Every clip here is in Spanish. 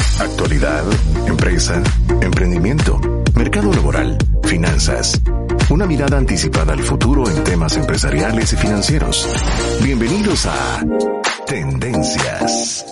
Actualidad, empresa, emprendimiento, mercado laboral, finanzas. Una mirada anticipada al futuro en temas empresariales y financieros. Bienvenidos a Tendencias.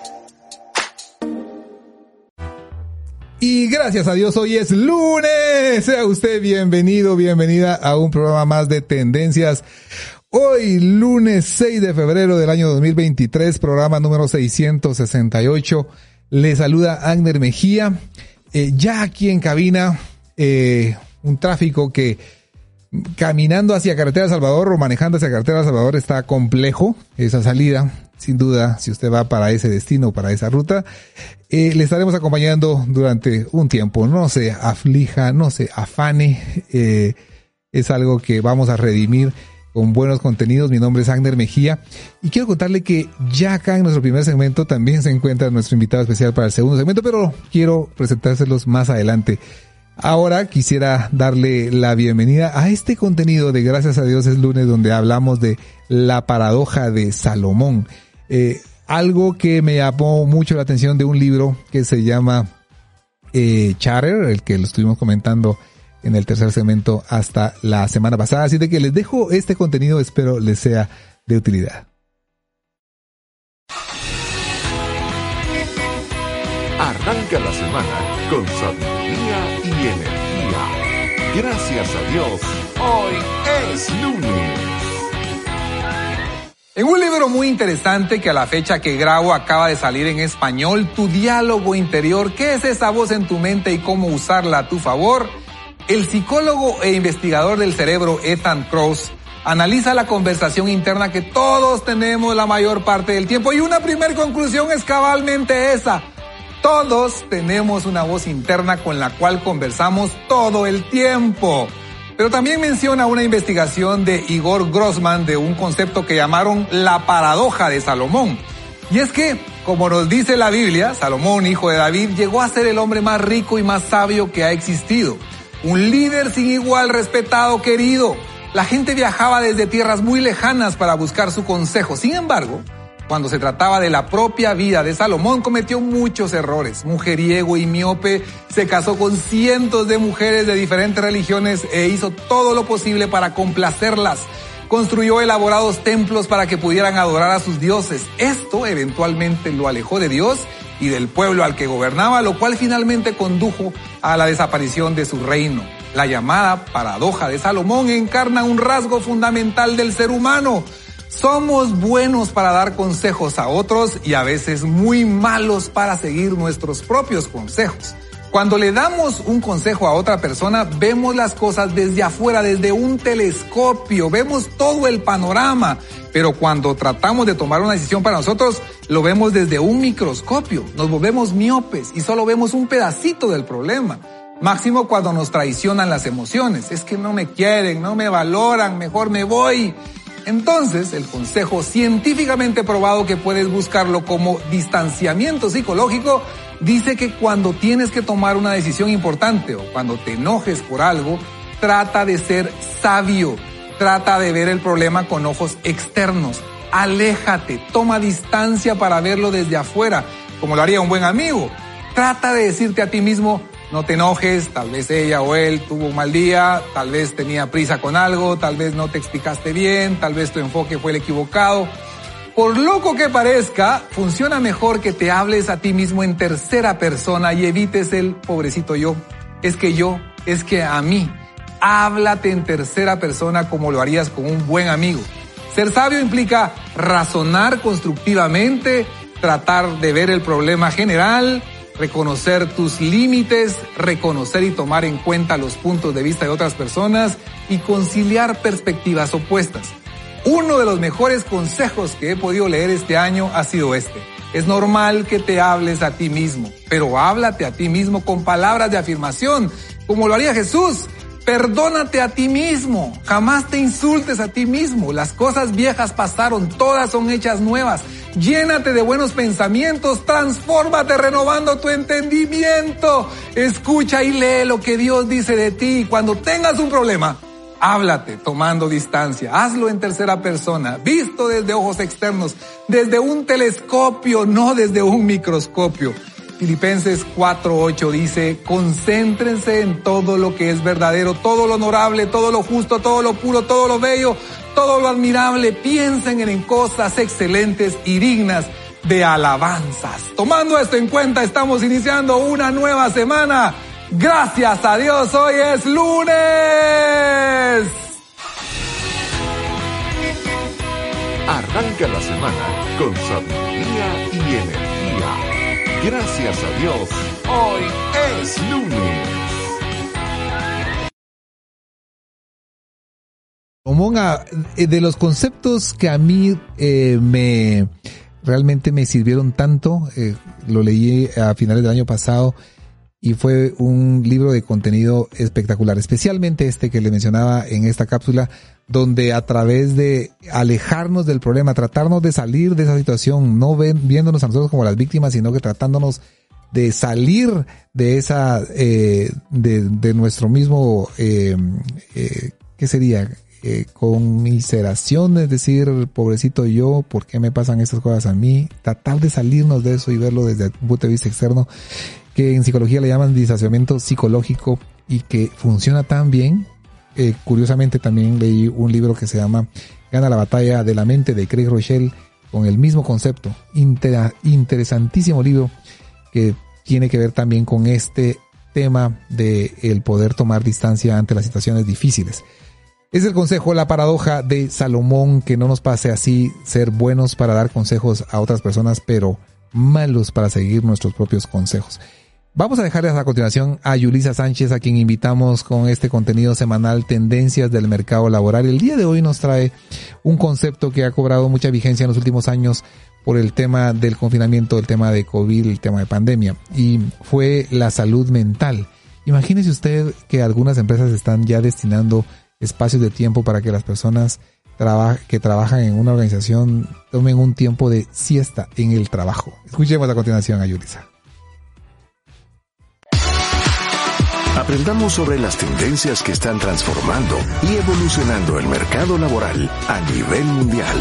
Y gracias a Dios, hoy es lunes. Sea usted bienvenido, bienvenida a un programa más de Tendencias. Hoy, lunes 6 de febrero del año 2023, programa número 668. Le saluda Agner Mejía. Ya aquí en cabina, un tráfico que caminando hacia Carretera Salvador o manejando hacia Carretera Salvador está complejo. Esa salida, sin duda, si usted va para ese destino o para esa ruta, le estaremos acompañando durante un tiempo. No se aflija, no se afane. Es algo que vamos a redimir con buenos contenidos. Mi nombre es Agner Mejía y quiero contarle que ya acá en nuestro primer segmento también se encuentra nuestro invitado especial para el segundo segmento, pero quiero presentárselos más adelante. Ahora quisiera darle la bienvenida a este contenido de Gracias a Dios es lunes, donde hablamos de la paradoja de Salomón. Algo que me llamó mucho la atención de un libro que se llama Charter, el que lo estuvimos comentando en el tercer segmento hasta la semana pasada. Así de que les dejo este contenido, espero les sea de utilidad. Arranca la semana con sabiduría y energía. Gracias a Dios, hoy es lunes. En un libro muy interesante que a la fecha que grabo acaba de salir en español, Tu diálogo interior, ¿qué es esa voz en tu mente y cómo usarla a tu favor?, el psicólogo e investigador del cerebro Ethan Kross analiza la conversación interna que todos tenemos la mayor parte del tiempo, y una primera conclusión es cabalmente esa: todos tenemos una voz interna con la cual conversamos todo el tiempo. Pero también menciona una investigación de Igor Grossman de un concepto que llamaron la paradoja de Salomón. Y es que, como nos dice la Biblia, Salomón, hijo de David, llegó a ser el hombre más rico y más sabio que ha existido. Un líder sin igual, respetado, querido. La gente viajaba desde tierras muy lejanas para buscar su consejo. Sin embargo, cuando se trataba de la propia vida de Salomón, cometió muchos errores. Mujeriego y miope, se casó con cientos de mujeres de diferentes religiones e hizo todo lo posible para complacerlas. Construyó elaborados templos para que pudieran adorar a sus dioses. Esto eventualmente lo alejó de Dios y del pueblo al que gobernaba, lo cual finalmente condujo a la desaparición de su reino. La llamada paradoja de Salomón encarna un rasgo fundamental del ser humano. Somos buenos para dar consejos a otros y a veces muy malos para seguir nuestros propios consejos. Cuando le damos un consejo a otra persona, vemos las cosas desde afuera, desde un telescopio, vemos todo el panorama. Pero cuando tratamos de tomar una decisión para nosotros, lo vemos desde un microscopio. Nos volvemos miopes y solo vemos un pedacito del problema. Máximo cuando nos traicionan las emociones. Es que no me quieren, no me valoran, mejor me voy. Entonces, el consejo científicamente probado, que puedes buscarlo como distanciamiento psicológico, dice que cuando tienes que tomar una decisión importante o cuando te enojes por algo, trata de ser sabio, trata de ver el problema con ojos externos, aléjate, toma distancia para verlo desde afuera, como lo haría un buen amigo. Trata de decirte a ti mismo: no te enojes, tal vez ella o él tuvo un mal día, tal vez tenía prisa con algo, tal vez no te explicaste bien, tal vez tu enfoque fue el equivocado. Por loco que parezca, funciona mejor que te hables a ti mismo en tercera persona y evites el pobrecito yo, es que a mí. Háblate en tercera persona como lo harías con un buen amigo. Ser sabio implica razonar constructivamente, tratar de ver el problema general, reconocer tus límites, reconocer y tomar en cuenta los puntos de vista de otras personas y conciliar perspectivas opuestas. Uno de los mejores consejos que he podido leer este año ha sido este: es normal que te hables a ti mismo, pero háblate a ti mismo con palabras de afirmación, como lo haría Jesús. Perdónate a ti mismo, jamás te insultes a ti mismo. Las cosas viejas pasaron, todas son hechas nuevas. Llénate de buenos pensamientos, transfórmate renovando tu entendimiento. Escucha y lee lo que Dios dice de ti. Cuando tengas un problema, háblate tomando distancia. Hazlo en tercera persona, visto desde ojos externos, desde un telescopio, no desde un microscopio. Filipenses 4:8 dice, concéntrense en todo lo que es verdadero, todo lo honorable, todo lo justo, todo lo puro, todo lo bello, todo lo admirable. Piensen en cosas excelentes y dignas de alabanzas. Tomando esto en cuenta, estamos iniciando una nueva semana. Gracias a Dios, hoy es lunes. Arranca la semana con sabiduría y energía. Gracias a Dios, hoy es lunes. Monga, de los conceptos que a mí realmente me sirvieron tanto, lo leí a finales del año pasado y fue un libro de contenido espectacular, especialmente este que le mencionaba en esta cápsula, donde a través de alejarnos del problema, tratarnos de salir de esa situación, no viéndonos a nosotros como las víctimas, sino que tratándonos de salir de esa, de nuestro mismo, ¿qué sería? Conmiseración, es decir, pobrecito yo, ¿por qué me pasan estas cosas a mí? Tratar de salirnos de eso y verlo desde un punto de vista externo, que en psicología le llaman distanciamiento psicológico y que funciona tan bien. Curiosamente también leí un libro que se llama Gana la batalla de la mente, de Craig Rochelle, con el mismo concepto. Interesantísimo libro que tiene que ver también con este tema de el poder tomar distancia ante las situaciones difíciles. Es el consejo, la paradoja de Salomón, que no nos pase así, ser buenos para dar consejos a otras personas, pero malos para seguir nuestros propios consejos. Vamos a dejarles a continuación a Yulisa Sánchez, a quien invitamos con este contenido semanal, Tendencias del Mercado Laboral. El día de hoy nos trae un concepto que ha cobrado mucha vigencia en los últimos años por el tema del confinamiento, el tema de COVID, el tema de pandemia, y fue la salud mental. Imagínese usted que algunas empresas están ya destinando espacios de tiempo para que las personas que trabajan en una organización tomen un tiempo de siesta en el trabajo. Escuchemos a continuación a Yulisa. Aprendamos sobre las tendencias que están transformando y evolucionando el mercado laboral a nivel mundial.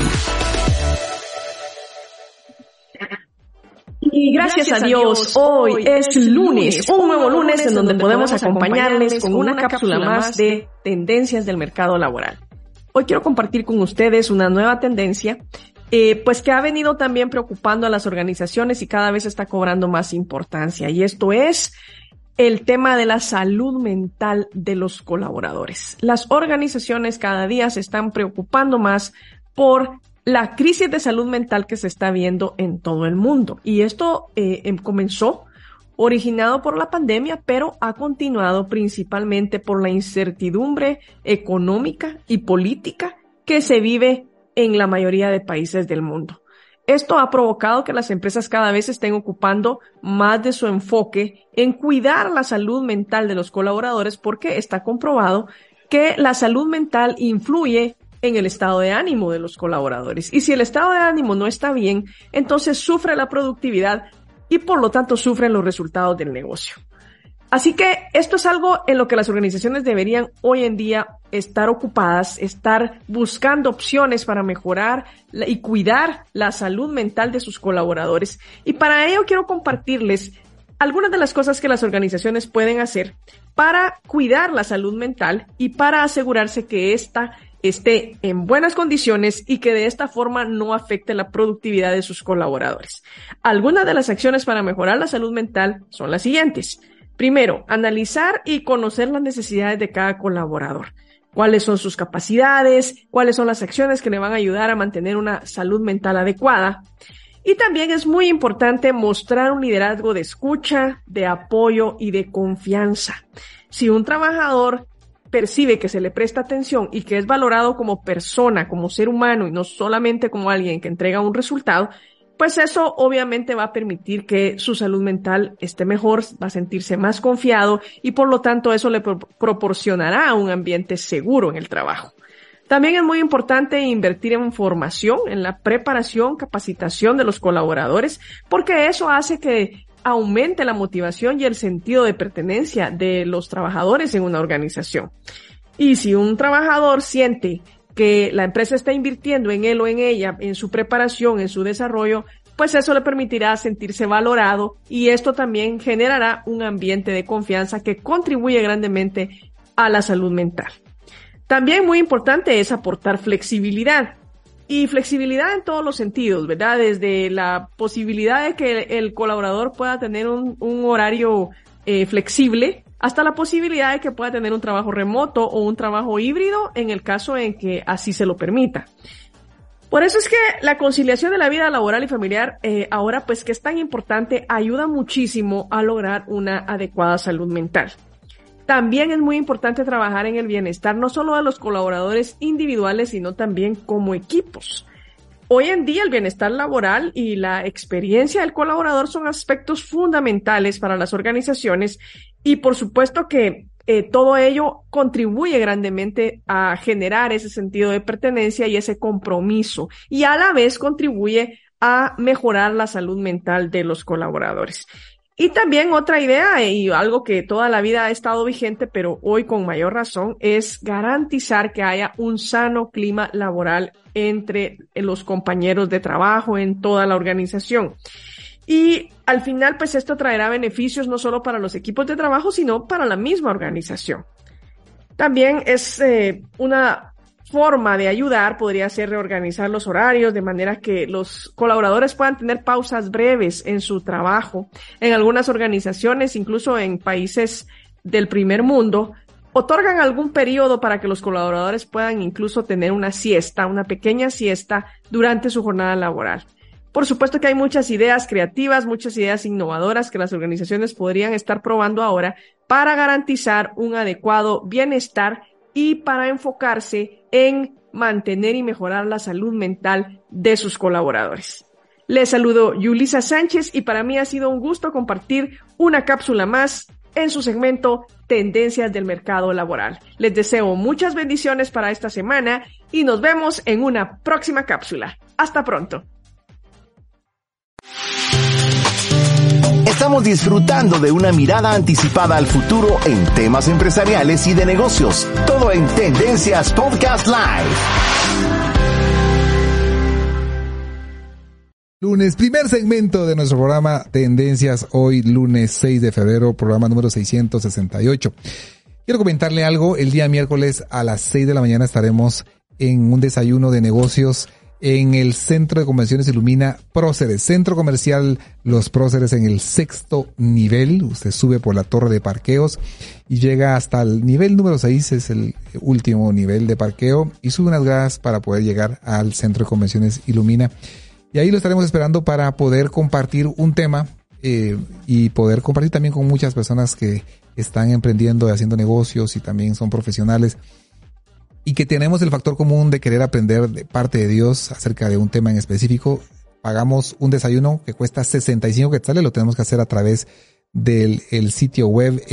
Y gracias a Dios, hoy es lunes, un nuevo lunes en donde podemos acompañarles con una cápsula más de tendencias del mercado laboral. Hoy quiero compartir con ustedes una nueva tendencia, pues que ha venido también preocupando a las organizaciones y cada vez está cobrando más importancia. Y esto es el tema de la salud mental de los colaboradores. Las organizaciones cada día se están preocupando más por la crisis de salud mental que se está viendo en todo el mundo. Y esto comenzó originado por la pandemia, pero ha continuado principalmente por la incertidumbre económica y política que se vive en la mayoría de países del mundo. Esto ha provocado que las empresas cada vez estén ocupando más de su enfoque en cuidar la salud mental de los colaboradores, porque está comprobado que la salud mental influye en el estado de ánimo de los colaboradores. Y si el estado de ánimo no está bien, entonces sufre la productividad y por lo tanto sufren los resultados del negocio. Así que esto es algo en lo que las organizaciones deberían hoy en día estar ocupadas, estar buscando opciones para mejorar y cuidar la salud mental de sus colaboradores. Y para ello quiero compartirles algunas de las cosas que las organizaciones pueden hacer para cuidar la salud mental y para asegurarse que ésta esté en buenas condiciones y que de esta forma no afecte la productividad de sus colaboradores. Algunas de las acciones para mejorar la salud mental son las siguientes. Primero, analizar y conocer las necesidades de cada colaborador. ¿Cuáles son sus capacidades? ¿Cuáles son las acciones que le van a ayudar a mantener una salud mental adecuada? Y también es muy importante mostrar un liderazgo de escucha, de apoyo y de confianza. Si un trabajador percibe que se le presta atención y que es valorado como persona, como ser humano y no solamente como alguien que entrega un resultado, pues eso obviamente va a permitir que su salud mental esté mejor, va a sentirse más confiado y por lo tanto eso le proporcionará un ambiente seguro en el trabajo. También es muy importante invertir en formación, en la preparación, capacitación de los colaboradores, porque eso hace que aumente la motivación y el sentido de pertenencia de los trabajadores en una organización. Y si un trabajador siente que la empresa está invirtiendo en él o en ella, en su preparación, en su desarrollo, pues eso le permitirá sentirse valorado y esto también generará un ambiente de confianza que contribuye grandemente a la salud mental. También muy importante es aportar flexibilidad. Y flexibilidad en todos los sentidos, ¿verdad? Desde la posibilidad de que el colaborador pueda tener un horario flexible, hasta la posibilidad de que pueda tener un trabajo remoto o un trabajo híbrido en el caso en que así se lo permita. Por eso es que la conciliación de la vida laboral y familiar, ahora pues que es tan importante, ayuda muchísimo a lograr una adecuada salud mental. También es muy importante trabajar en el bienestar no solo de los colaboradores individuales, sino también como equipos. Hoy en día el bienestar laboral y la experiencia del colaborador son aspectos fundamentales para las organizaciones y por supuesto que todo ello contribuye grandemente a generar ese sentido de pertenencia y ese compromiso y a la vez contribuye a mejorar la salud mental de los colaboradores. Y también otra idea y algo que toda la vida ha estado vigente, pero hoy con mayor razón, es garantizar que haya un sano clima laboral entre los compañeros de trabajo en toda la organización. Y al final, pues esto traerá beneficios no solo para los equipos de trabajo, sino para la misma organización. También es una forma de ayudar, podría ser reorganizar los horarios de manera que los colaboradores puedan tener pausas breves en su trabajo. En algunas organizaciones, incluso en países del primer mundo, otorgan algún periodo para que los colaboradores puedan incluso tener una siesta, una pequeña siesta durante su jornada laboral. Por supuesto que hay muchas ideas creativas, muchas ideas innovadoras que las organizaciones podrían estar probando ahora para garantizar un adecuado bienestar y para enfocarse en mantener y mejorar la salud mental de sus colaboradores. Les saludo Yulisa Sánchez y para mí ha sido un gusto compartir una cápsula más en su segmento Tendencias del Mercado Laboral. Les deseo muchas bendiciones para esta semana y nos vemos en una próxima cápsula. Hasta pronto. Estamos disfrutando de una mirada anticipada al futuro en temas empresariales y de negocios. Todo en Tendencias Podcast Live. Lunes, primer segmento de nuestro programa Tendencias, hoy lunes 6 de febrero, programa número 668. Quiero comentarle algo, el día miércoles a las 6 de la mañana estaremos en un desayuno de negocios en el Centro de Convenciones Ilumina Próceres, Centro Comercial Los Próceres en el 6º nivel. Usted sube por la torre de parqueos y llega hasta el nivel número 6, es el último nivel de parqueo, y sube unas gradas para poder llegar al Centro de Convenciones Ilumina. Y ahí lo estaremos esperando para poder compartir un tema y poder compartir también con muchas personas que están emprendiendo y haciendo negocios y también son profesionales. Y que tenemos el factor común de querer aprender de parte de Dios acerca de un tema en específico. Pagamos un desayuno que cuesta 65 quetzales, lo tenemos que hacer a través del sitio web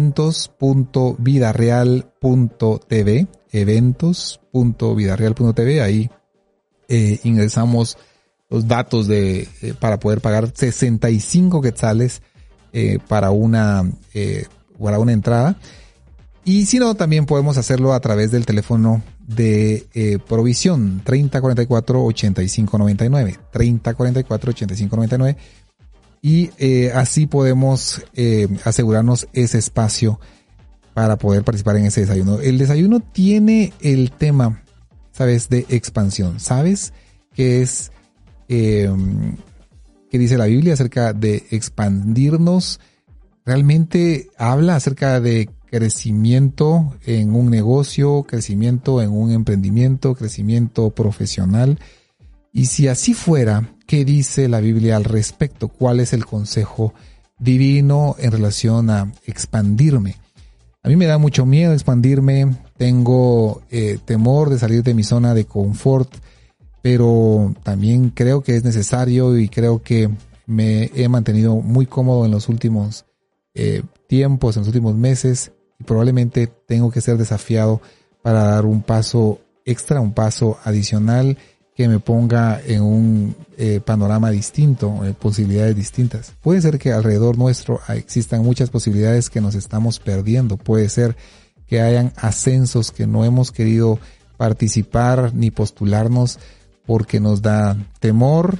eventos.vidareal.tv, eventos.vidareal.tv, ahí ingresamos los datos para poder pagar 65 quetzales para una entrada. Y si no, también podemos hacerlo a través del teléfono de provisión 3044-8599, 3044-8599, y así podemos asegurarnos ese espacio para poder participar en ese desayuno. El desayuno tiene el tema, ¿sabes?, de expansión. ¿Sabes qué es, qué dice la Biblia acerca de expandirnos? Realmente habla acerca de crecimiento en un negocio, crecimiento en un emprendimiento, crecimiento profesional. Y si así fuera, ¿qué dice la Biblia al respecto? ¿Cuál es el consejo divino en relación a expandirme? A mí me da mucho miedo expandirme, tengo temor de salir de mi zona de confort, pero también creo que es necesario y creo que me he mantenido muy cómodo en los últimos tiempos, en los últimos meses. Probablemente tengo que ser desafiado para dar un paso extra, un paso adicional que me ponga en un panorama distinto, posibilidades distintas. Puede ser que alrededor nuestro existan muchas posibilidades que nos estamos perdiendo. Puede ser que hayan ascensos que no hemos querido participar ni postularnos porque nos da temor,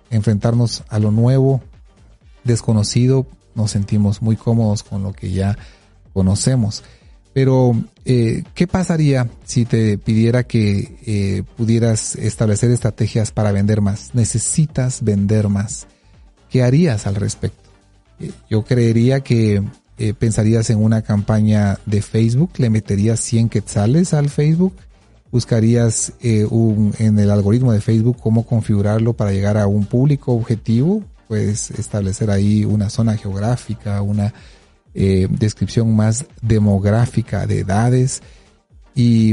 enfrentarnos a lo nuevo, desconocido, nos sentimos muy cómodos con lo que ya conocemos. Pero, ¿qué pasaría si te pidiera que pudieras establecer estrategias para vender más? Necesitas vender más. ¿Qué harías al respecto? Yo creería que pensarías en una campaña de Facebook, le meterías 100 quetzales al Facebook, buscarías en el algoritmo de Facebook cómo configurarlo para llegar a un público objetivo, puedes establecer ahí una zona geográfica, una descripción más demográfica de edades y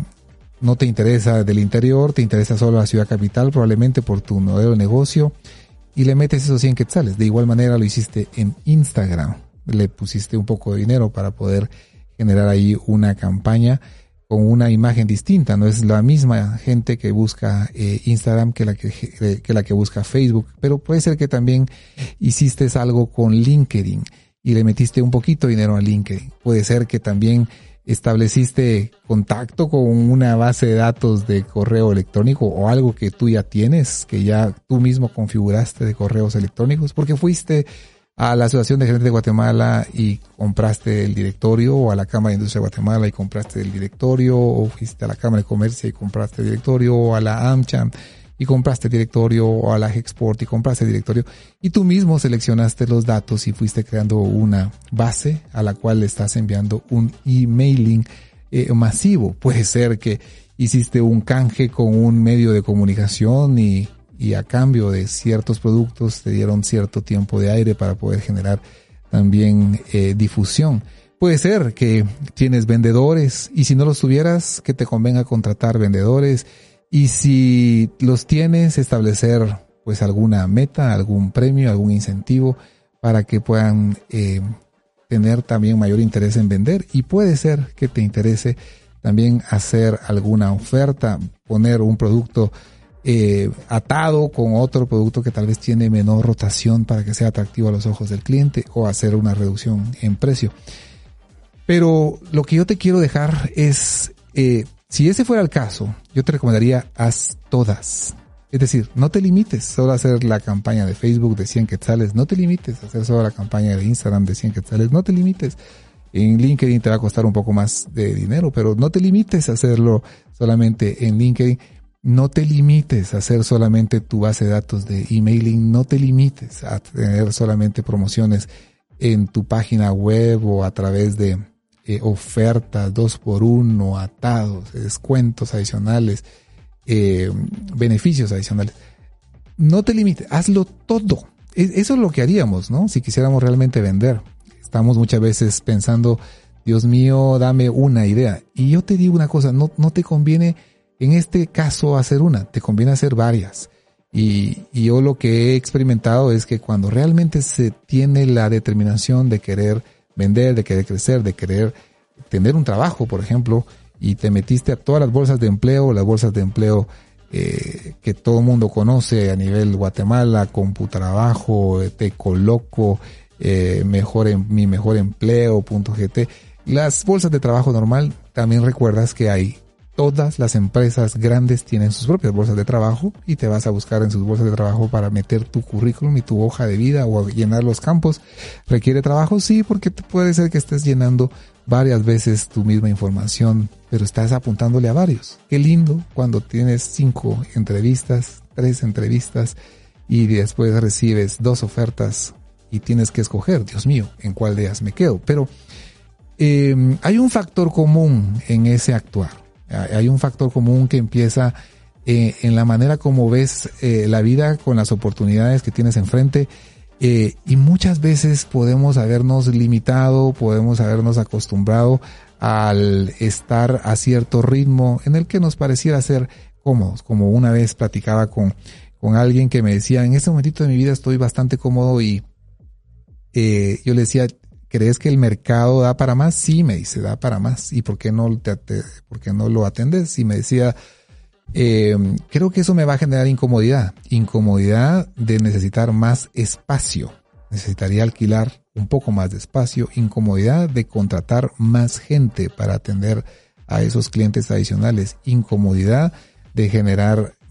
no te interesa del interior, te interesa solo la ciudad capital, probablemente por tu modelo de negocio, y le metes esos 100 quetzales. De igual manera lo hiciste en Instagram, le pusiste un poco de dinero para poder generar ahí una campaña con una imagen distinta. No es la misma gente que busca Instagram que la que busca Facebook, pero puede ser que también hiciste algo con LinkedIn y le metiste un poquito de dinero a LinkedIn. Puede ser que también estableciste contacto con una base de datos de correo electrónico o algo que tú ya tienes, que ya tú mismo configuraste de correos electrónicos, porque fuiste a la Asociación de Gerentes de Guatemala y compraste el directorio, o a la Cámara de Industria de Guatemala y compraste el directorio, o fuiste a la Cámara de Comercio y compraste el directorio, o a la AmCham y compraste el directorio, o a la Gexport y compraste el directorio, y tú mismo seleccionaste los datos y fuiste creando una base a la cual le estás enviando un emailing masivo. Puede ser que hiciste un canje con un medio de comunicación y a cambio de ciertos productos te dieron cierto tiempo de aire para poder generar también difusión. Puede ser que tienes vendedores y si no los tuvieras, que te convenga contratar vendedores. Y si los tienes, establecer pues alguna meta, algún premio, algún incentivo para que puedan tener también mayor interés en vender. Y puede ser que te interese también hacer alguna oferta, poner un producto atado con otro producto que tal vez tiene menor rotación para que sea atractivo a los ojos del cliente, o hacer una reducción en precio. Pero lo que yo te quiero dejar es, si ese fuera el caso, yo te recomendaría haz todas. Es decir, no te limites solo a hacer la campaña de Facebook de 100 quetzales, no te limites a hacer solo la campaña de Instagram de 100 quetzales, no te limites. En LinkedIn te va a costar un poco más de dinero, pero no te limites a hacerlo solamente en LinkedIn. No te limites a hacer solamente tu base de datos de emailing, no te limites a tener solamente promociones en tu página web o a través de ofertas 2x1, atados, descuentos adicionales, beneficios adicionales. No te limites, hazlo todo. Eso es lo que haríamos, ¿no? Si quisiéramos realmente vender. Estamos muchas veces pensando, Dios mío, dame una idea. Y yo te digo una cosa, no te conviene en este caso hacer una, te conviene hacer varias. Y yo lo que he experimentado es que cuando realmente se tiene la determinación de querer vender, de querer crecer, de querer tener un trabajo, por ejemplo, y te metiste a todas las bolsas de empleo que todo el mundo conoce a nivel Guatemala, CompuTrabajo, Te Coloco, Mi Mejor Empleo.gt, las bolsas de trabajo normal, también recuerdas que hay todas las empresas grandes tienen sus propias bolsas de trabajo y te vas a buscar en sus bolsas de trabajo para meter tu currículum y tu hoja de vida o llenar los campos. ¿Requiere trabajo? Sí, porque puede ser que estés llenando varias veces tu misma información, pero estás apuntándole a varios. Qué lindo cuando tienes 5 entrevistas, 3 entrevistas y después recibes 2 ofertas y tienes que escoger, Dios mío, en cuál de ellas me quedo. Pero hay un factor común en ese actuar. Hay un factor común que empieza en la manera como ves la vida con las oportunidades que tienes enfrente, y muchas veces podemos habernos limitado, podemos habernos acostumbrado al estar a cierto ritmo en el que nos pareciera ser cómodos. Como una vez platicaba con alguien que me decía, en este momentito de mi vida estoy bastante cómodo, y yo le decía, ¿crees que el mercado da para más? Sí, me dice, da para más. ¿Y por qué no lo atendes? Y me decía, creo que eso me va a generar incomodidad de necesitar más espacio. Necesitaría alquilar un poco más de espacio, incomodidad de contratar más gente para atender a esos clientes adicionales, incomodidad de generar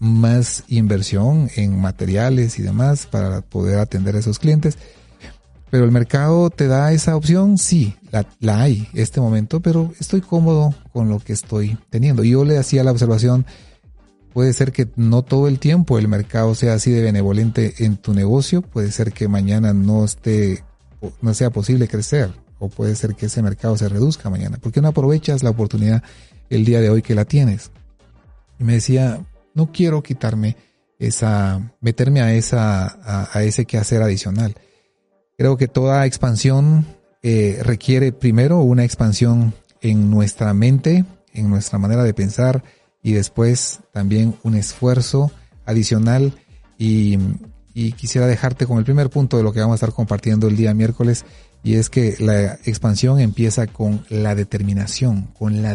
más inversión en materiales y demás para poder atender a esos clientes. Pero el mercado te da esa opción, sí, la hay este momento, pero estoy cómodo con lo que estoy teniendo. Y yo le hacía la observación, puede ser que no todo el tiempo el mercado sea así de benevolente en tu negocio, puede ser que mañana no sea posible crecer, o puede ser que ese mercado se reduzca mañana. ¿Por qué no aprovechas la oportunidad el día de hoy que la tienes? Y me decía, no quiero meterme a ese quehacer adicional. Creo que toda expansión requiere primero una expansión en nuestra mente, en nuestra manera de pensar, y después también un esfuerzo adicional. Y quisiera dejarte con el primer punto de lo que vamos a estar compartiendo el día miércoles, y es que la expansión empieza con la determinación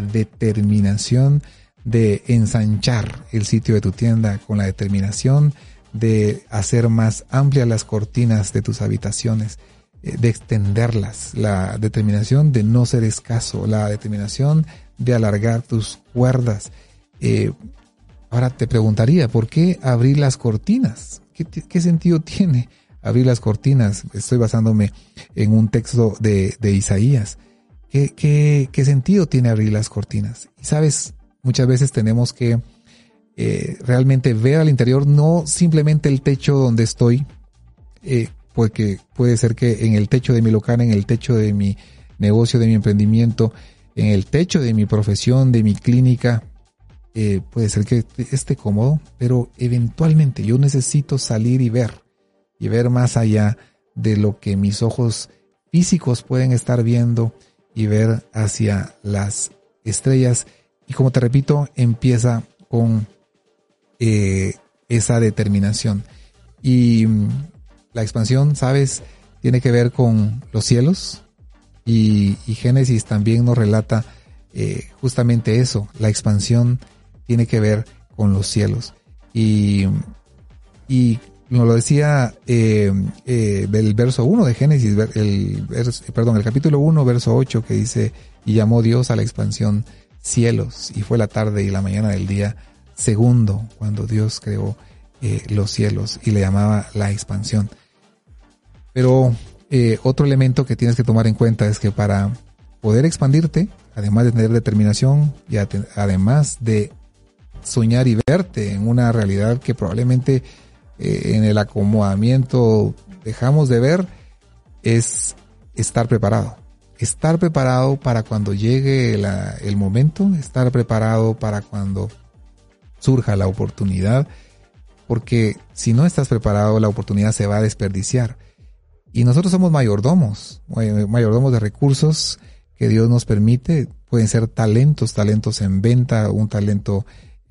de ensanchar el sitio de tu tienda, con la determinación de hacer más amplias las cortinas de tus habitaciones, de extenderlas, la determinación de no ser escaso, la determinación de alargar tus cuerdas. Ahora te preguntaría, ¿por qué abrir las cortinas? ¿Qué sentido tiene abrir las cortinas? Estoy basándome en un texto de Isaías. ¿Qué sentido tiene abrir las cortinas? Y sabes, muchas veces tenemos que realmente ver al interior, no simplemente el techo donde estoy, porque puede ser que en el techo de mi local, en el techo de mi negocio, de mi emprendimiento, en el techo de mi profesión, de mi clínica, puede ser que esté cómodo, pero eventualmente yo necesito salir y ver más allá de lo que mis ojos físicos pueden estar viendo, y ver hacia las estrellas. Y como te repito, empieza con esa determinación. Y la expansión, ¿sabes?, tiene que ver con los cielos, y Génesis también nos relata justamente eso. La expansión tiene que ver con los cielos. Y nos lo decía el verso 1 de Génesis, el capítulo 1, verso 8, que dice: y llamó Dios a la expansión cielos, y fue la tarde y la mañana del día segundo cuando Dios creó los cielos, y le llamaba la expansión. Pero otro elemento que tienes que tomar en cuenta es que para poder expandirte, además de tener determinación y además de soñar y verte en una realidad que probablemente en el acomodamiento dejamos de ver, es estar preparado. Estar preparado para cuando llegue el momento, estar preparado para cuando surja la oportunidad, porque si no estás preparado, la oportunidad se va a desperdiciar. Y nosotros somos mayordomos de recursos que Dios nos permite. Pueden ser talentos en venta, un talento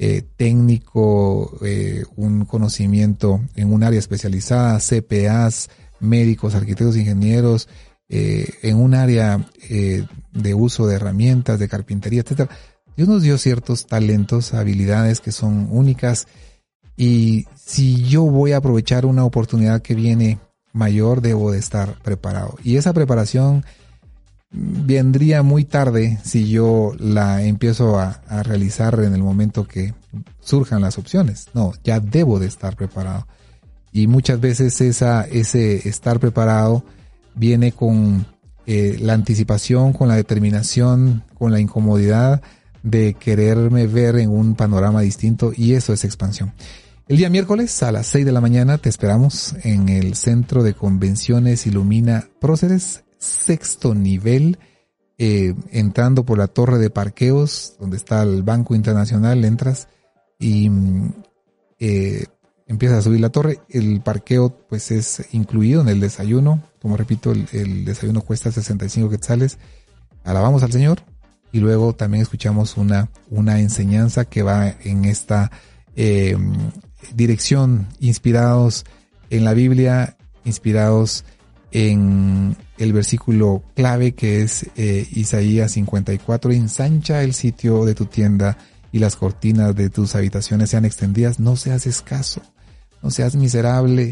técnico, un conocimiento en un área especializada, CPAs, médicos, arquitectos, ingenieros, en un área de uso de herramientas, de carpintería, etcétera. Dios nos dio ciertos talentos, habilidades que son únicas, y si yo voy a aprovechar una oportunidad que viene mayor, debo de estar preparado. Y esa preparación vendría muy tarde si yo la empiezo a realizar en el momento que surjan las opciones. No, ya debo de estar preparado. Y muchas veces ese estar preparado viene con la anticipación, con la determinación, con la incomodidad de quererme ver en un panorama distinto, y eso es expansión. El día miércoles a las 6 de la mañana te esperamos en el Centro de Convenciones Ilumina Próceres, 6º nivel, entrando por la torre de parqueos donde está el Banco Internacional. Entras y empiezas a subir la torre. El parqueo pues es incluido en el desayuno. Como repito, el desayuno cuesta 65 quetzales. Alabamos al Señor y luego también escuchamos una enseñanza que va en esta dirección, inspirados en la Biblia, inspirados en el versículo clave que es Isaías 54: ensancha el sitio de tu tienda y las cortinas de tus habitaciones sean extendidas. No seas escaso, no seas miserable,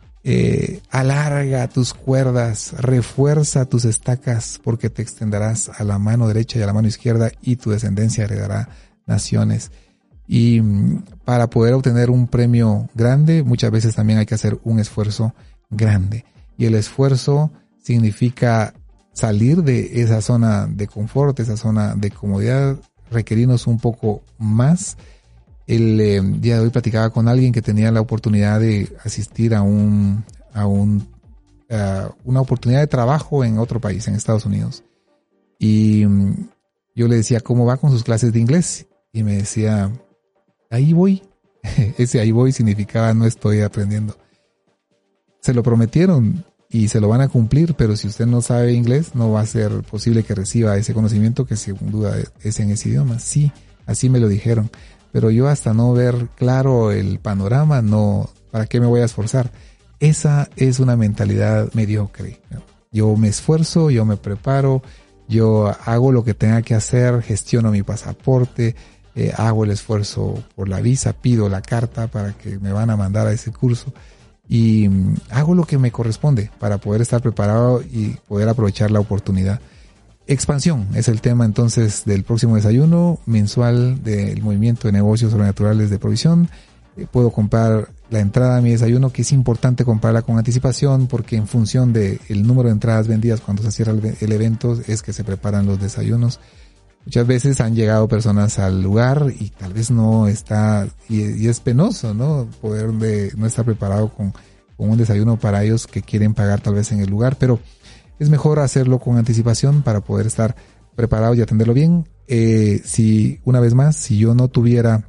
alarga tus cuerdas, refuerza tus estacas, porque te extenderás a la mano derecha y a la mano izquierda, y tu descendencia heredará naciones. Y para poder obtener un premio grande, muchas veces también hay que hacer un esfuerzo grande. Y el esfuerzo significa salir de esa zona de confort, esa zona de comodidad, requerirnos un poco más. El día de hoy platicaba con alguien que tenía la oportunidad de asistir a una oportunidad de trabajo en otro país, en Estados Unidos. Y yo le decía, ¿cómo va con sus clases de inglés? Y me decía, ahí voy. Ese ahí voy significaba no estoy aprendiendo. Se lo prometieron y se lo van a cumplir, pero si usted no sabe inglés, no va a ser posible que reciba ese conocimiento que sin duda es en ese idioma. Sí, así me lo dijeron. Pero yo hasta no ver claro el panorama, no, ¿para qué me voy a esforzar? Esa es una mentalidad mediocre. Yo me esfuerzo, yo me preparo, yo hago lo que tenga que hacer, gestiono mi pasaporte, hago el esfuerzo por la visa, pido la carta para que me van a mandar a ese curso y hago lo que me corresponde para poder estar preparado y poder aprovechar la oportunidad. Expansión es el tema entonces del próximo desayuno mensual del Movimiento de Negocios Sobrenaturales de Provisión. Puedo comprar la entrada a mi desayuno, que es importante comprarla con anticipación porque en función del número de entradas vendidas cuando se cierra el evento es que se preparan los desayunos. Muchas veces han llegado personas al lugar y tal vez no está, y es penoso, ¿no? No estar preparado con un desayuno para ellos que quieren pagar tal vez en el lugar, pero es mejor hacerlo con anticipación para poder estar preparados y atenderlo bien. Si yo no tuviera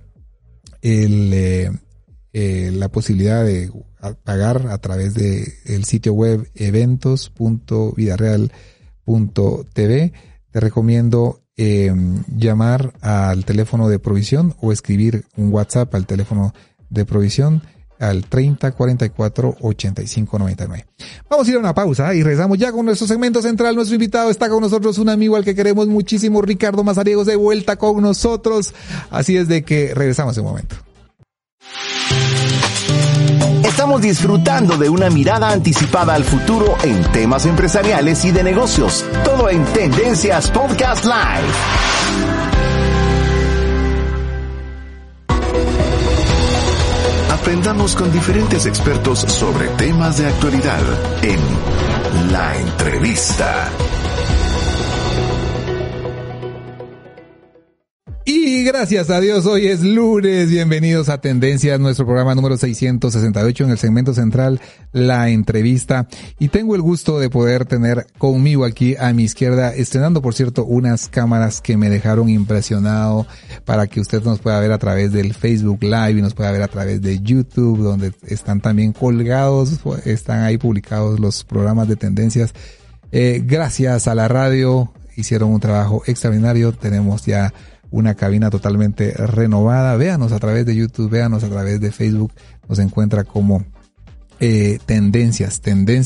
la posibilidad de pagar a través de el sitio web eventos.vidareal.tv, te recomiendo llamar al teléfono de Provisión o escribir un WhatsApp al teléfono de Provisión al 3044-8599. Vamos a ir a una pausa y regresamos ya con nuestro segmento central. Nuestro invitado está con nosotros, un amigo al que queremos muchísimo, Ricardo Mazariegos, de vuelta con nosotros. Así es de que regresamos en un momento. Estamos disfrutando de una mirada anticipada al futuro en temas empresariales y de negocios. Todo en Tendencias Podcast Live. Aprendamos con diferentes expertos sobre temas de actualidad en La Entrevista. Y gracias a Dios, hoy es lunes. Bienvenidos a Tendencias, nuestro programa número 668 en el segmento central, La Entrevista. Y tengo el gusto de poder tener conmigo aquí a mi izquierda, estrenando, por cierto, unas cámaras que me dejaron impresionado para que usted nos pueda ver a través del Facebook Live y nos pueda ver a través de YouTube, donde están también colgados, están ahí publicados los programas de Tendencias. Gracias a la radio, hicieron un trabajo extraordinario. Tenemos ya una cabina totalmente renovada. Véanos a través de YouTube, véanos a través de Facebook. Nos encuentra como Tendencias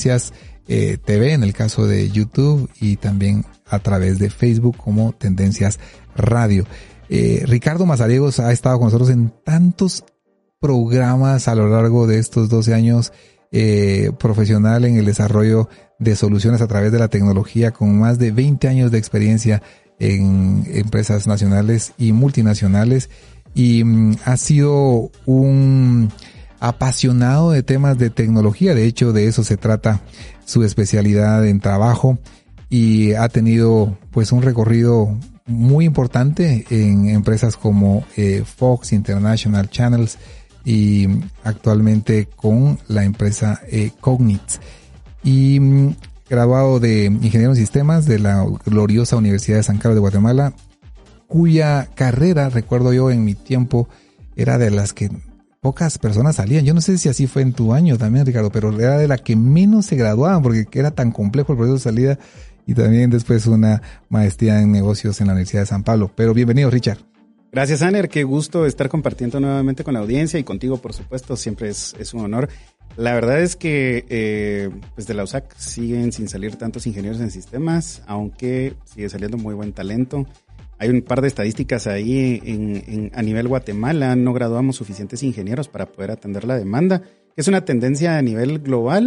TV en el caso de YouTube y también a través de Facebook como Tendencias Radio. Ricardo Mazariegos ha estado con nosotros en tantos programas a lo largo de estos 12 años, profesional en el desarrollo de soluciones a través de la tecnología, con más de 20 años de experiencia en empresas nacionales y multinacionales, y ha sido un apasionado de temas de tecnología. De hecho, de eso se trata su especialidad en trabajo, y ha tenido pues un recorrido muy importante en empresas como Fox International Channels y actualmente con la empresa Cognix. Y graduado de Ingeniero en Sistemas de la gloriosa Universidad de San Carlos de Guatemala, cuya carrera, recuerdo yo en mi tiempo, era de las que pocas personas salían. Yo no sé si así fue en tu año también, Ricardo, pero era de la que menos se graduaban porque era tan complejo el proceso de salida, y también después una maestría en negocios en la Universidad de San Pablo. Pero bienvenido, Richard. Gracias, Aner. Qué gusto estar compartiendo nuevamente con la audiencia y contigo, por supuesto. Siempre es un honor. La verdad es que pues de la USAC siguen sin salir tantos ingenieros en sistemas, aunque sigue saliendo muy buen talento. Hay un par de estadísticas ahí a nivel Guatemala. No graduamos suficientes ingenieros para poder atender la demanda, que es una tendencia a nivel global,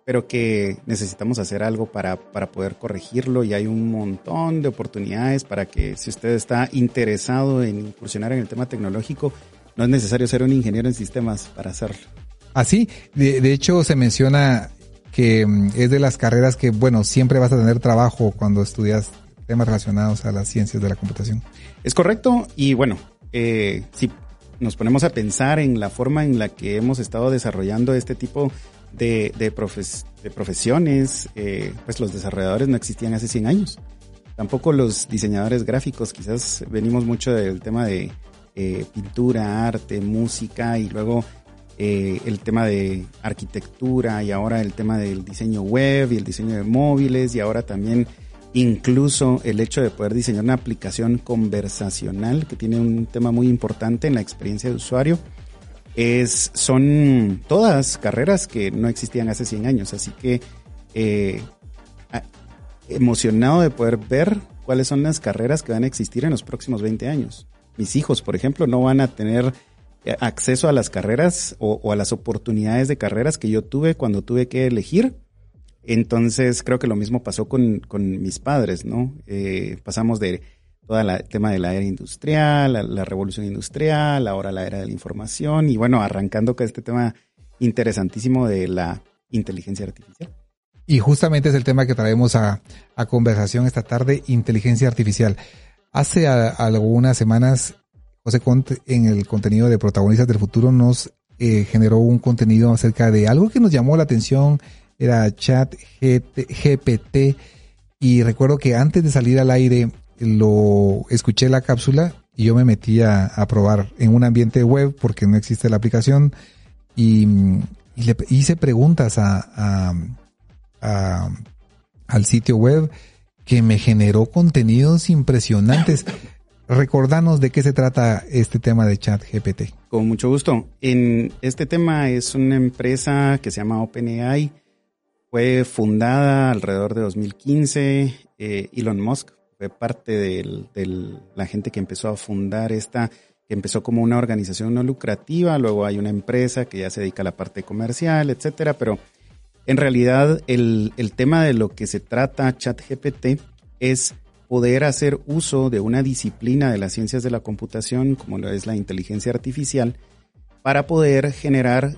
pero que necesitamos hacer algo para poder corregirlo, y hay un montón de oportunidades para que, si usted está interesado en incursionar en el tema tecnológico, no es necesario ser un ingeniero en sistemas para hacerlo. Así, de hecho se menciona que es de las carreras que, bueno, siempre vas a tener trabajo cuando estudias temas relacionados a las ciencias de la computación. Es correcto, y bueno, si nos ponemos a pensar en la forma en la que hemos estado desarrollando este tipo de profesiones, pues los desarrolladores no existían hace 100 años. Tampoco los diseñadores gráficos, quizás venimos mucho del tema de pintura, arte, música, y luego el tema de arquitectura, y ahora el tema del diseño web y el diseño de móviles, y ahora también incluso el hecho de poder diseñar una aplicación conversacional, que tiene un tema muy importante en la experiencia de usuario. Son todas carreras que no existían hace 100 años, así que emocionado de poder ver cuáles son las carreras que van a existir en los próximos 20 años. Mis hijos, por ejemplo, no van a tener acceso a las carreras o a las oportunidades de carreras que yo tuve cuando tuve que elegir. Entonces creo que lo mismo pasó con mis padres, ¿no? Pasamos de todo el tema de la era industrial, la revolución industrial, ahora la era de la información, y bueno, arrancando con este tema interesantísimo de la inteligencia artificial. Y justamente es el tema que traemos a conversación esta tarde, inteligencia artificial. Hace algunas semanas, José Conte, en el contenido de Protagonistas del Futuro, nos generó un contenido acerca de algo que nos llamó la atención, era ChatGPT, y recuerdo que antes de salir al aire lo escuché la cápsula y yo me metí a probar en un ambiente web porque no existe la aplicación, y le hice preguntas al sitio web, que me generó contenidos impresionantes. Recordanos de qué se trata este tema de ChatGPT. Con mucho gusto. En este tema es una empresa que se llama OpenAI. Fue fundada alrededor de 2015. Elon Musk fue parte de la gente que empezó a fundar esta, que empezó como una organización no lucrativa. Luego hay una empresa que ya se dedica a la parte comercial, etcétera. Pero en realidad el tema de lo que se trata ChatGPT es poder hacer uso de una disciplina de las ciencias de la computación, como lo es la inteligencia artificial, para poder generar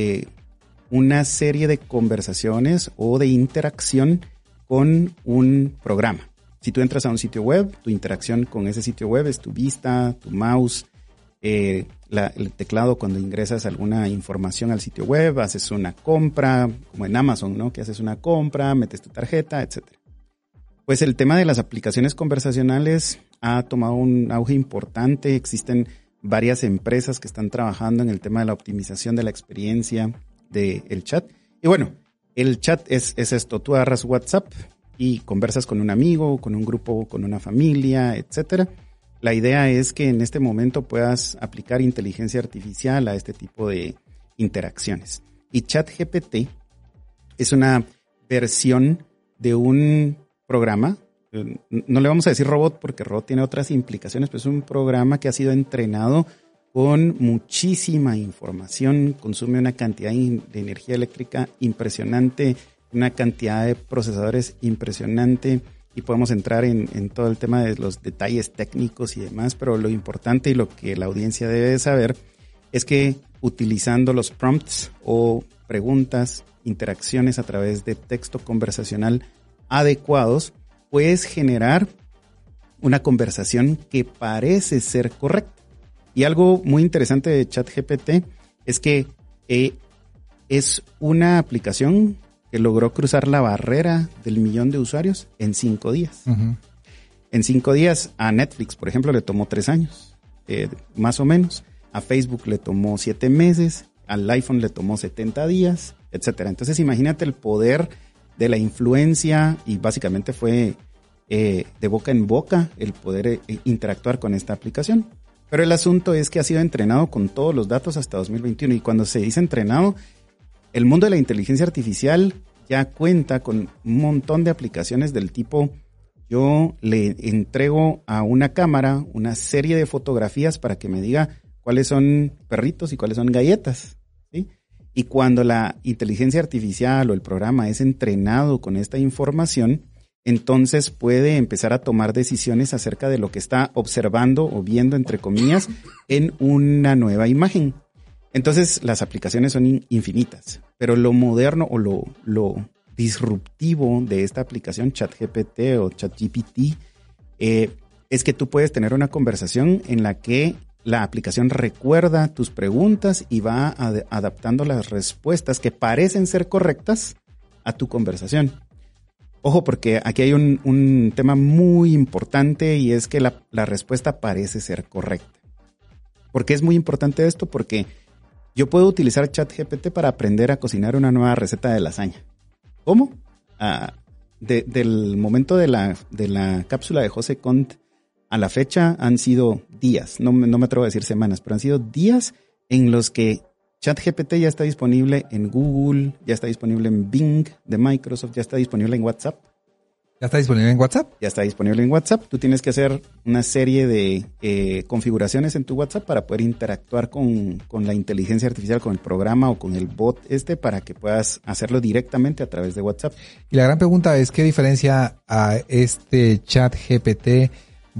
una serie de conversaciones o de interacción con un programa. Si tú entras a un sitio web, tu interacción con ese sitio web es tu vista, tu mouse, el teclado cuando ingresas alguna información al sitio web, haces una compra, como en Amazon, ¿no? Que haces una compra, metes tu tarjeta, etcétera. Pues el tema de las aplicaciones conversacionales ha tomado un auge importante. Existen varias empresas que están trabajando en el tema de la optimización de la experiencia del chat. Y bueno, el chat es esto. Tú agarras WhatsApp y conversas con un amigo, con un grupo, con una familia, etcétera. La idea es que en este momento puedas aplicar inteligencia artificial a este tipo de interacciones. Y ChatGPT es una versión de un programa, no le vamos a decir robot porque robot tiene otras implicaciones, pero es un programa que ha sido entrenado con muchísima información, consume una cantidad de energía eléctrica impresionante, una cantidad de procesadores impresionante, y podemos entrar en todo el tema de los detalles técnicos y demás, pero lo importante y lo que la audiencia debe saber es que utilizando los prompts o preguntas, interacciones a través de texto conversacional adecuados, puedes generar una conversación que parece ser correcta. Y algo muy interesante de ChatGPT es que es una aplicación que logró cruzar la barrera del 1,000,000 de usuarios en 5 días. Uh-huh. En 5 días a Netflix, por ejemplo, le tomó 3 años, más o menos. A Facebook le tomó 7 meses, al iPhone le tomó 70 días, etcétera. Entonces imagínate el poder de la influencia, y básicamente fue de boca en boca el poder interactuar con esta aplicación. Pero el asunto es que ha sido entrenado con todos los datos hasta 2021, y cuando se dice entrenado, el mundo de la inteligencia artificial ya cuenta con un montón de aplicaciones del tipo: yo le entrego a una cámara una serie de fotografías para que me diga cuáles son perritos y cuáles son galletas, ¿sí? Y cuando la inteligencia artificial o el programa es entrenado con esta información, entonces puede empezar a tomar decisiones acerca de lo que está observando o viendo, entre comillas, en una nueva imagen. Entonces las aplicaciones son infinitas, pero lo moderno o lo disruptivo de esta aplicación ChatGPT o ChatGPT es que tú puedes tener una conversación en la que la aplicación recuerda tus preguntas y va adaptando las respuestas que parecen ser correctas a tu conversación. Ojo, porque aquí hay un tema muy importante y es que la respuesta parece ser correcta. ¿Por qué es muy importante esto? Porque yo puedo utilizar ChatGPT para aprender a cocinar una nueva receta de lasaña. ¿Cómo? Del momento de la cápsula de José Cont a la fecha han sido días, no me atrevo a decir semanas, pero han sido días en los que ChatGPT ya está disponible en Google, ya está disponible en Bing de Microsoft, ya está disponible en WhatsApp. ¿Ya está disponible en WhatsApp? Ya está disponible en WhatsApp. Tú tienes que hacer una serie de configuraciones en tu WhatsApp para poder interactuar con la inteligencia artificial, con el programa o con el bot para que puedas hacerlo directamente a través de WhatsApp. Y la gran pregunta es, ¿qué diferencia a este ChatGPT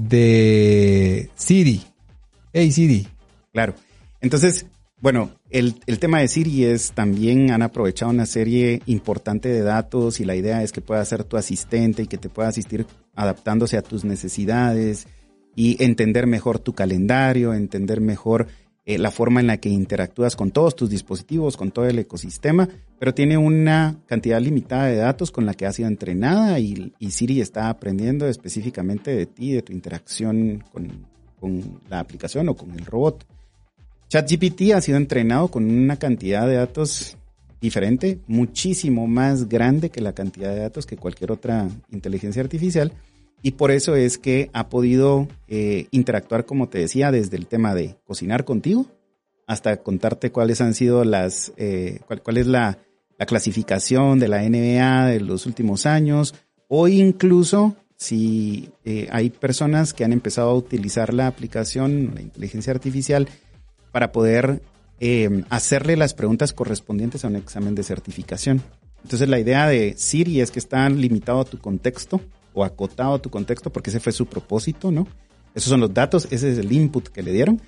de Siri? Hey Siri. Claro. Entonces, bueno, el tema de Siri es también han aprovechado una serie importante de datos y la idea es que pueda ser tu asistente y que te pueda asistir adaptándose a tus necesidades y entender mejor tu calendario, entender mejor la forma en la que interactúas con todos tus dispositivos, con todo el ecosistema, pero tiene una cantidad limitada de datos con la que ha sido entrenada y Siri está aprendiendo específicamente de ti, de tu interacción con la aplicación o con el robot. ChatGPT ha sido entrenado con una cantidad de datos diferente, muchísimo más grande que la cantidad de datos que cualquier otra inteligencia artificial y por eso es que ha podido interactuar, como te decía, desde el tema de cocinar contigo hasta contarte cuáles han sido cuál es la clasificación de la NBA de los últimos años o incluso si hay personas que han empezado a utilizar la aplicación, la inteligencia artificial, para poder hacerle las preguntas correspondientes a un examen de certificación. Entonces la idea de Siri es que está limitado a tu contexto o acotado a tu contexto porque ese fue su propósito, ¿no? Esos son los datos, ese es el input que le dieron.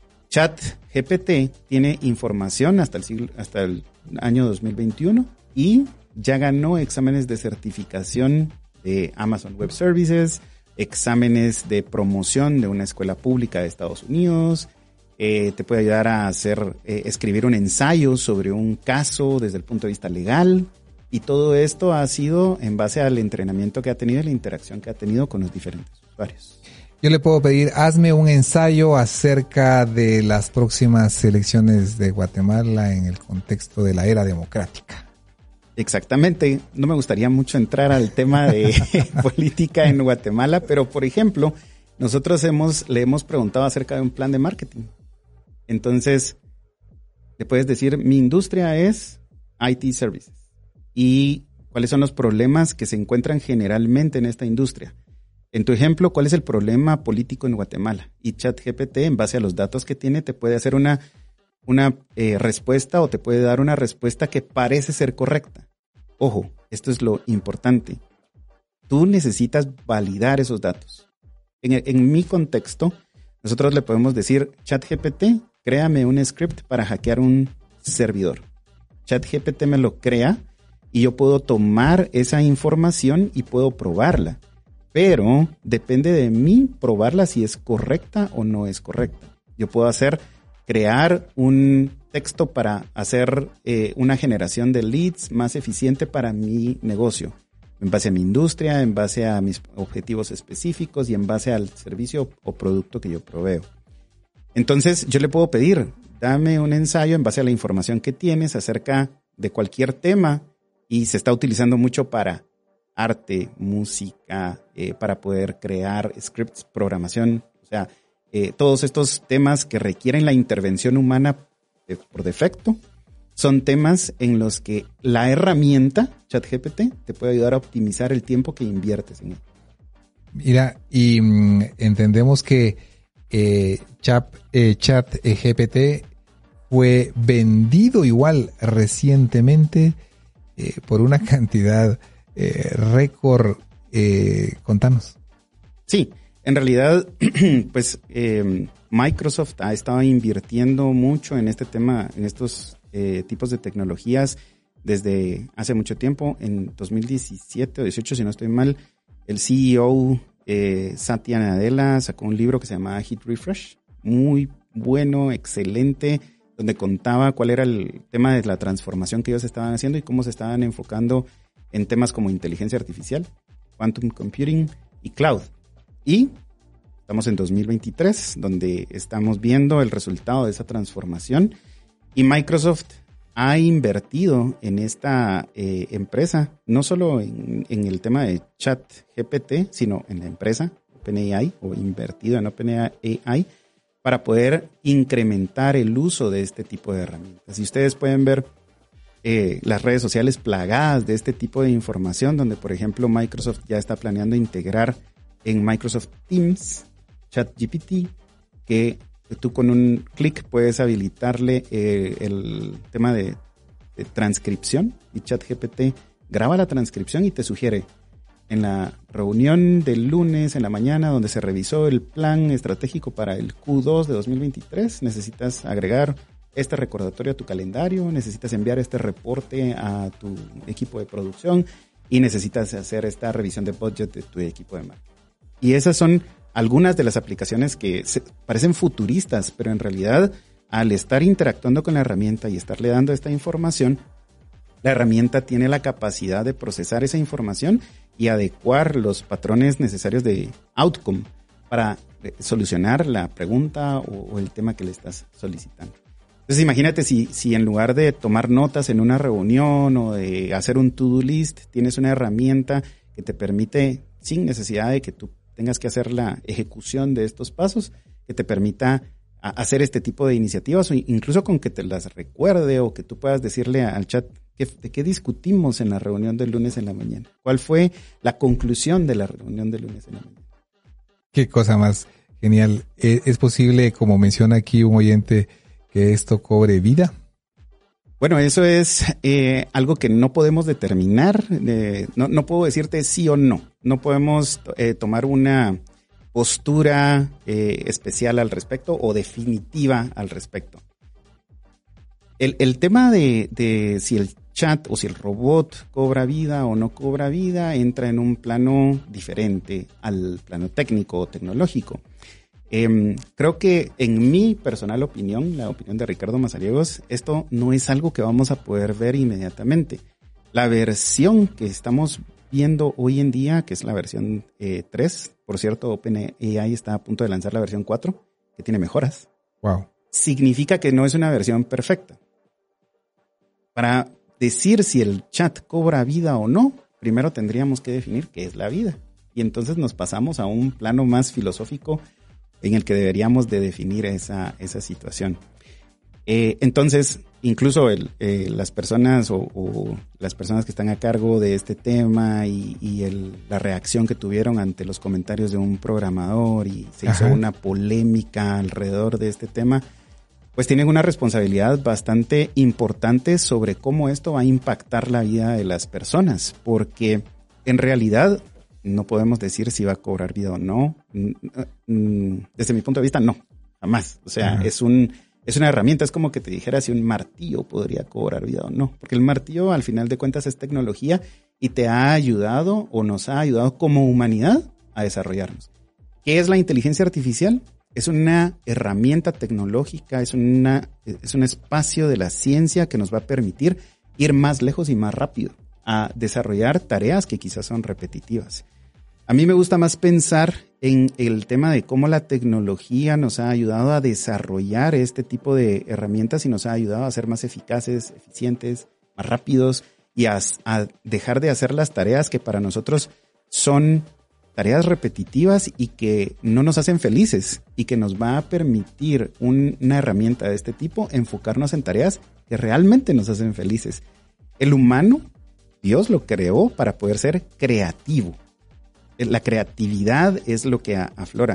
ChatGPT tiene información hasta el año 2021 y ya ganó exámenes de certificación de Amazon Web Services, exámenes de promoción de una escuela pública de Estados Unidos. Te puede ayudar a escribir un ensayo sobre un caso desde el punto de vista legal y todo esto ha sido en base al entrenamiento que ha tenido y la interacción que ha tenido con los diferentes usuarios. Yo le puedo pedir, hazme un ensayo acerca de las próximas elecciones de Guatemala en el contexto de la era democrática. Exactamente, no me gustaría mucho entrar al tema de política en Guatemala, pero por ejemplo, nosotros le hemos preguntado acerca de un plan de marketing. Entonces, le puedes decir, mi industria es IT Services. ¿Y cuáles son los problemas que se encuentran generalmente en esta industria? En tu ejemplo, ¿cuál es el problema político en Guatemala? Y ChatGPT, en base a los datos que tiene, te puede hacer una respuesta o te puede dar una respuesta que parece ser correcta. Ojo, esto es lo importante. Tú necesitas validar esos datos. En mi contexto, nosotros le podemos decir, ChatGPT, créame un script para hackear un servidor. ChatGPT me lo crea y yo puedo tomar esa información y puedo probarla. Pero depende de mí probarla si es correcta o no es correcta. Yo puedo crear un texto para hacer una generación de leads más eficiente para mi negocio, en base a mi industria, en base a mis objetivos específicos y en base al servicio o producto que yo proveo. Entonces yo le puedo pedir, dame un ensayo en base a la información que tienes acerca de cualquier tema y se está utilizando mucho para arte, música, para poder crear scripts, programación, o sea, todos estos temas que requieren la intervención humana por defecto son temas en los que la herramienta ChatGPT te puede ayudar a optimizar el tiempo que inviertes en él. Mira, y entendemos que ChatGPT fue vendido igual recientemente por una cantidad récord. Contanos. Sí, en realidad, pues Microsoft ha estado invirtiendo mucho en este tema, en estos tipos de tecnologías desde hace mucho tiempo. En 2017 o 18, si no estoy mal, el CEO Satya Nadella sacó un libro que se llamaba Hit Refresh, muy bueno, excelente, donde contaba cuál era el tema de la transformación que ellos estaban haciendo y cómo se estaban enfocando en temas como inteligencia artificial, quantum computing y cloud. Y estamos en 2023, donde estamos viendo el resultado de esa transformación, y Microsoft ha invertido en esta empresa, no solo en el tema de ChatGPT, sino en la empresa OpenAI, o invertido en OpenAI, para poder incrementar el uso de este tipo de herramientas. Y ustedes pueden ver las redes sociales plagadas de este tipo de información, donde por ejemplo Microsoft ya está planeando integrar en Microsoft Teams ChatGPT, que tú con un clic puedes habilitarle el tema de transcripción, y ChatGPT graba la transcripción y te sugiere: en la reunión del lunes en la mañana donde se revisó el plan estratégico para el Q2 de 2023, necesitas agregar este recordatorio a tu calendario, necesitas enviar este reporte a tu equipo de producción y necesitas hacer esta revisión de budget de tu equipo de marketing. Y esas son algunas de las aplicaciones que parecen futuristas, pero en realidad al estar interactuando con la herramienta y estarle dando esta información, la herramienta tiene la capacidad de procesar esa información y adecuar los patrones necesarios de outcome para solucionar la pregunta o el tema que le estás solicitando. Entonces imagínate si en lugar de tomar notas en una reunión o de hacer un to-do list, tienes una herramienta que te permite, sin necesidad de que tú tengas que hacer la ejecución de estos pasos, que te permita hacer este tipo de iniciativas, o incluso con que te las recuerde, o que tú puedas decirle al chat de qué discutimos en la reunión del lunes en la mañana. ¿Cuál fue la conclusión de la reunión del lunes en la mañana? Qué cosa más genial. ¿Es posible, como menciona aquí un oyente, que esto cobre vida? Bueno, eso es algo que no podemos determinar. No puedo decirte sí o no. No podemos tomar una postura especial al respecto o definitiva al respecto. El tema de si el chat o si el robot cobra vida o no cobra vida entra en un plano diferente al plano técnico o tecnológico. Creo que en mi personal opinión, la opinión de Ricardo Mazariegos, esto no es algo que vamos a poder ver inmediatamente. La versión que estamos viendo hoy en día, que es la versión 3, por cierto, OpenAI está a punto de lanzar la versión 4, que tiene mejoras. Wow. Significa que no es una versión perfecta. Para decir si el chat cobra vida o no, primero tendríamos que definir qué es la vida. Y entonces nos pasamos a un plano más filosófico en el que deberíamos de definir esa situación. Entonces, incluso las personas o las personas que están a cargo de este tema y la reacción que tuvieron ante los comentarios de un programador y se hizo una polémica alrededor de este tema, pues tienen una responsabilidad bastante importante sobre cómo esto va a impactar la vida de las personas, porque en realidad no podemos decir si va a cobrar vida o no. Desde mi punto de vista, no, jamás. O sea, es una herramienta, es como que te dijera si un martillo podría cobrar vida o no, porque el martillo al final de cuentas es tecnología y te ha ayudado o nos ha ayudado como humanidad a desarrollarnos. ¿Qué es la inteligencia artificial? Es una herramienta tecnológica, es un espacio de la ciencia que nos va a permitir ir más lejos y más rápido a desarrollar tareas que quizás son repetitivas. A mí me gusta más pensar en el tema de cómo la tecnología nos ha ayudado a desarrollar este tipo de herramientas y nos ha ayudado a ser más eficaces, eficientes, más rápidos y a dejar de hacer las tareas que para nosotros son tareas repetitivas y que no nos hacen felices, y que nos va a permitir una herramienta de este tipo enfocarnos en tareas que realmente nos hacen felices. El humano, Dios lo creó para poder ser creativo. La creatividad es lo que aflora.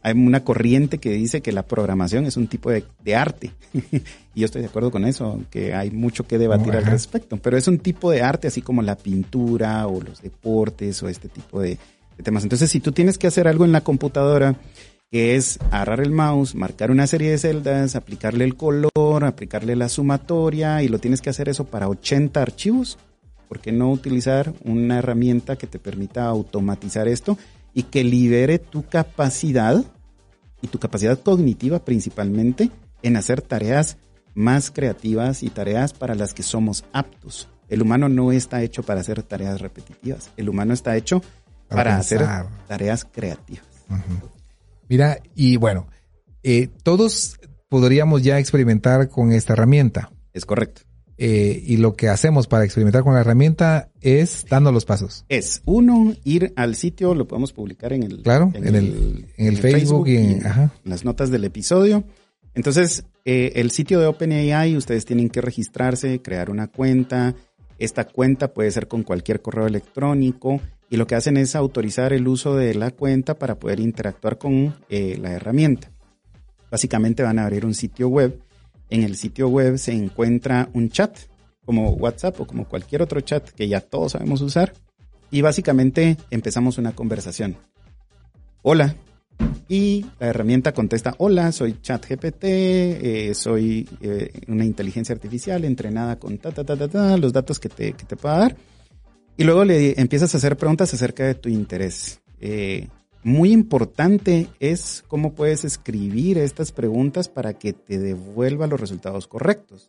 Hay una corriente que dice que la programación es un tipo de arte. Y yo estoy de acuerdo con eso, que hay mucho que debatir al respecto. Pero es un tipo de arte, así como la pintura o los deportes o este tipo de temas. Entonces, si tú tienes que hacer algo en la computadora, que es agarrar el mouse, marcar una serie de celdas, aplicarle el color, aplicarle la sumatoria, y lo tienes que hacer eso para 80 archivos, ¿por qué no utilizar una herramienta que te permita automatizar esto y que libere tu capacidad y tu capacidad cognitiva principalmente en hacer tareas más creativas y tareas para las que somos aptos? El humano no está hecho para hacer tareas repetitivas. El humano está hecho para hacer tareas creativas. Uh-huh. Mira, y bueno, todos podríamos ya experimentar con esta herramienta. Es correcto. Y lo que hacemos para experimentar con la herramienta es dando los pasos. Es, uno, ir al sitio, lo podemos publicar en el, en el Facebook y en las notas del episodio. Entonces, el sitio de OpenAI, ustedes tienen que registrarse, crear una cuenta. Esta cuenta puede ser con cualquier correo electrónico, y lo que hacen es autorizar el uso de la cuenta para poder interactuar con la herramienta. Básicamente van a abrir un sitio web. En el sitio web se encuentra un chat, como WhatsApp o como cualquier otro chat que ya todos sabemos usar. Y básicamente empezamos una conversación. Hola. Y la herramienta contesta: hola, soy ChatGPT, soy una inteligencia artificial entrenada con los datos que te pueda dar. Y luego le empiezas a hacer preguntas acerca de tu interés. Muy importante es cómo puedes escribir estas preguntas para que te devuelva los resultados correctos.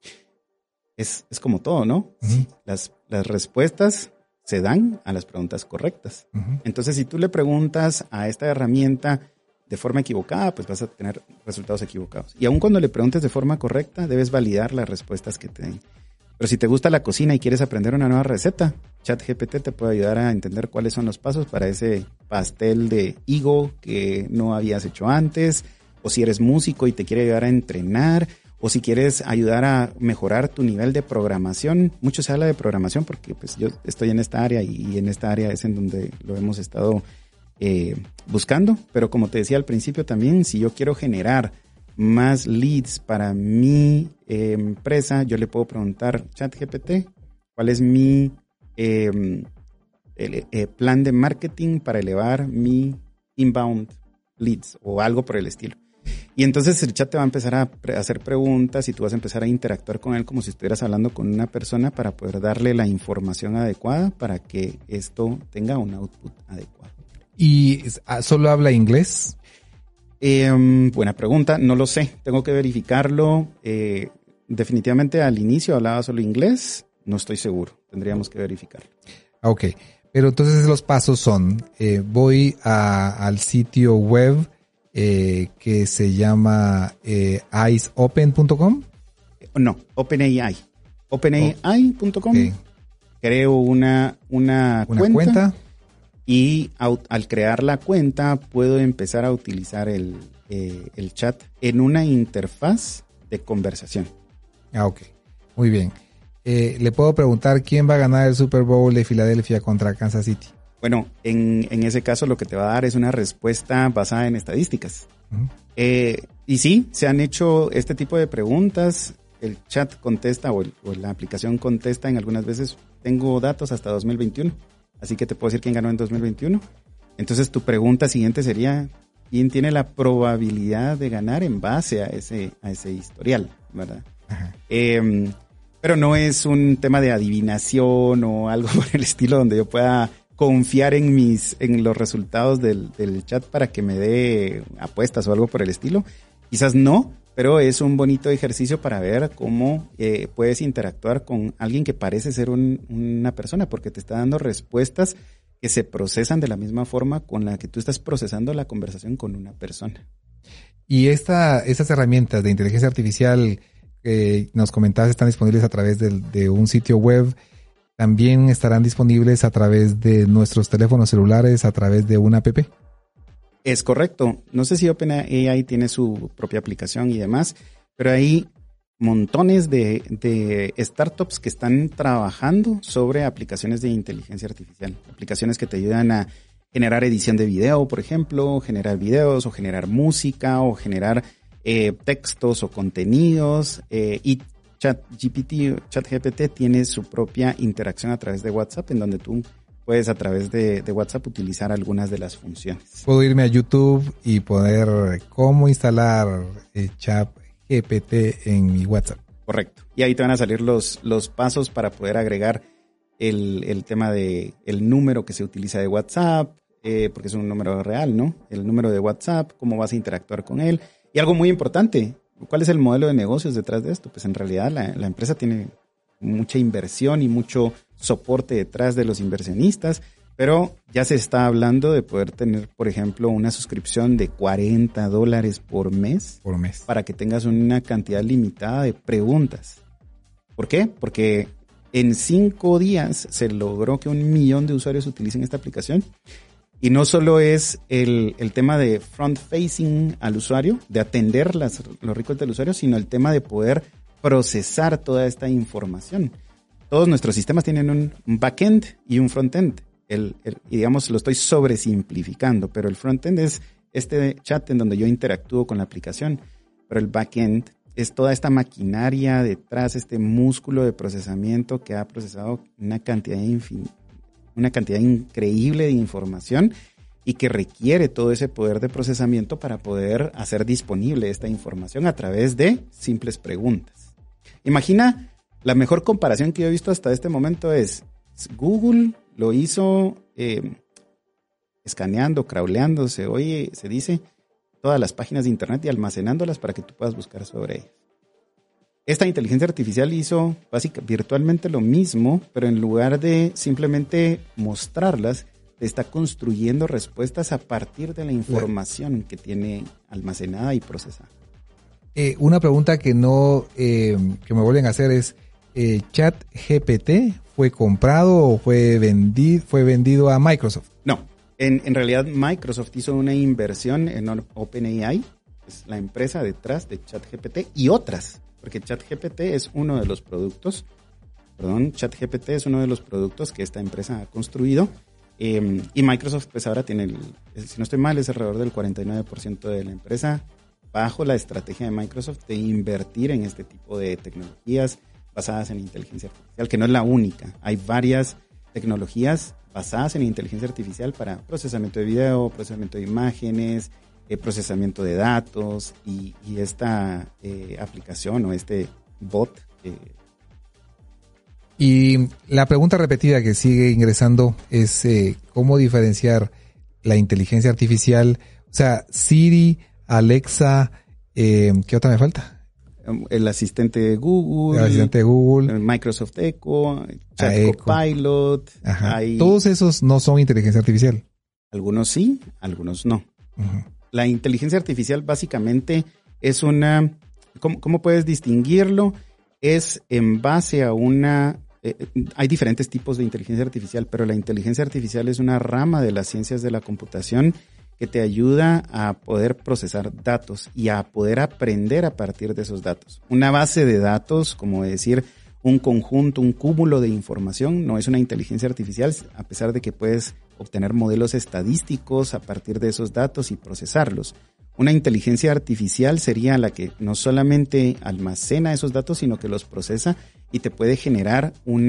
Es como todo, ¿no? Uh-huh. Las respuestas se dan a las preguntas correctas. Uh-huh. Entonces, si tú le preguntas a esta herramienta de forma equivocada, pues vas a tener resultados equivocados. Y aun cuando le preguntes de forma correcta, debes validar las respuestas que te den. Pero si te gusta la cocina y quieres aprender una nueva receta, ChatGPT te puede ayudar a entender cuáles son los pasos para ese pastel de higo que no habías hecho antes, o si eres músico y te quiere ayudar a entrenar, o si quieres ayudar a mejorar tu nivel de programación. Mucho se habla de programación porque pues yo estoy en esta área y en esta área es en donde lo hemos estado buscando. Pero como te decía al principio también, si yo quiero generar más leads para mi empresa, yo le puedo preguntar: ChatGPT, ¿cuál es mi plan de marketing para elevar mi inbound leads? O algo por el estilo. Y entonces el chat te va a empezar a hacer preguntas y tú vas a empezar a interactuar con él como si estuvieras hablando con una persona para poder darle la información adecuada para que esto tenga un output adecuado. ¿Y solo habla inglés? Buena pregunta, no lo sé, tengo que verificarlo. Definitivamente al inicio hablaba solo inglés, no estoy seguro, tendríamos que verificarlo. Ok, pero entonces los pasos son, voy al sitio web que se llama iceopen.com. No, OpenAI. OpenAI.com. Okay. Creo una cuenta. Y al crear la cuenta puedo empezar a utilizar el chat en una interfaz de conversación. Ok, muy bien. Le puedo preguntar quién va a ganar el Super Bowl de Filadelfia contra Kansas City. Bueno, en ese caso lo que te va a dar es una respuesta basada en estadísticas. Uh-huh. Y sí, se han hecho este tipo de preguntas. El chat contesta o la aplicación contesta en algunas veces. Tengo datos hasta 2021. Así que te puedo decir quién ganó en 2021. Entonces tu pregunta siguiente sería: ¿quién tiene la probabilidad de ganar en base a ese historial? ¿Verdad? Pero no es un tema de adivinación o algo por el estilo donde yo pueda confiar en los resultados del chat para que me dé apuestas o algo por el estilo. Quizás no, pero es un bonito ejercicio para ver cómo puedes interactuar con alguien que parece ser una persona, porque te está dando respuestas que se procesan de la misma forma con la que tú estás procesando la conversación con una persona. Y estas herramientas de inteligencia artificial que nos comentabas están disponibles a través de un sitio web. También estarán disponibles a través de nuestros teléfonos celulares, a través de una app. Es correcto. No sé si OpenAI tiene su propia aplicación y demás, pero hay montones de startups que están trabajando sobre aplicaciones de inteligencia artificial. Aplicaciones que te ayudan a generar edición de video, por ejemplo, generar videos o generar música o generar textos o contenidos. Y ChatGPT tiene su propia interacción a través de WhatsApp, en donde tú puedes a través de WhatsApp utilizar algunas de las funciones. Puedo irme a YouTube y poder cómo instalar ChatGPT en mi WhatsApp. Correcto. Y ahí te van a salir los pasos para poder agregar el tema de el número que se utiliza de WhatsApp, porque es un número real, ¿no? El número de WhatsApp, cómo vas a interactuar con él. Y algo muy importante, ¿cuál es el modelo de negocios detrás de esto? Pues en realidad la empresa tiene mucha inversión y mucho soporte detrás de los inversionistas, pero ya se está hablando de poder tener, por ejemplo, una suscripción de $40 por mes para que tengas una cantidad limitada de preguntas. ¿Por qué? Porque en 5 días se logró que 1 millón de usuarios utilicen esta aplicación. Y no solo es el tema de front-facing al usuario, de atender los requests del usuario, sino el tema de poder procesar toda esta información. Todos nuestros sistemas tienen un backend y un frontend. Y digamos, lo estoy sobresimplificando, pero el frontend es este chat en donde yo interactúo con la aplicación, pero el backend es toda esta maquinaria detrás, este músculo de procesamiento que ha procesado una cantidad increíble de información y que requiere todo ese poder de procesamiento para poder hacer disponible esta información a través de simples preguntas. Imagina, la mejor comparación que yo he visto hasta este momento es Google lo hizo escaneando, crawleando, se dice todas las páginas de internet y almacenándolas para que tú puedas buscar sobre ellas. Esta inteligencia artificial hizo virtualmente lo mismo, pero en lugar de simplemente mostrarlas, te está construyendo respuestas a partir de la información que tiene almacenada y procesada. Una pregunta que me vuelven a hacer es, ¿ChatGPT fue comprado o fue vendido a Microsoft? No, en realidad Microsoft hizo una inversión en OpenAI, es la empresa detrás de ChatGPT y otras, porque ChatGPT es uno de los productos que esta empresa ha construido, y Microsoft pues ahora tiene, si no estoy mal, es alrededor del 49% de la empresa bajo la estrategia de Microsoft de invertir en este tipo de tecnologías basadas en inteligencia artificial, que no es la única. Hay varias tecnologías basadas en inteligencia artificial para procesamiento de video, procesamiento de imágenes, procesamiento de datos y esta aplicación o este bot. Y la pregunta repetida que sigue ingresando es ¿cómo diferenciar la inteligencia artificial? O sea, Siri, Alexa, ¿qué otra me falta? El asistente de Google, Microsoft Echo, Chat Copilot. Todos esos no son inteligencia artificial. Algunos sí, algunos no. Uh-huh. La inteligencia artificial básicamente es una... ¿Cómo puedes distinguirlo? Es en base a una... hay diferentes tipos de inteligencia artificial, pero la inteligencia artificial es una rama de las ciencias de la computación que te ayuda a poder procesar datos y a poder aprender a partir de esos datos. Una base de datos, como decir un conjunto, un cúmulo de información, no es una inteligencia artificial, a pesar de que puedes obtener modelos estadísticos a partir de esos datos y procesarlos. Una inteligencia artificial sería la que no solamente almacena esos datos, sino que los procesa y te puede generar un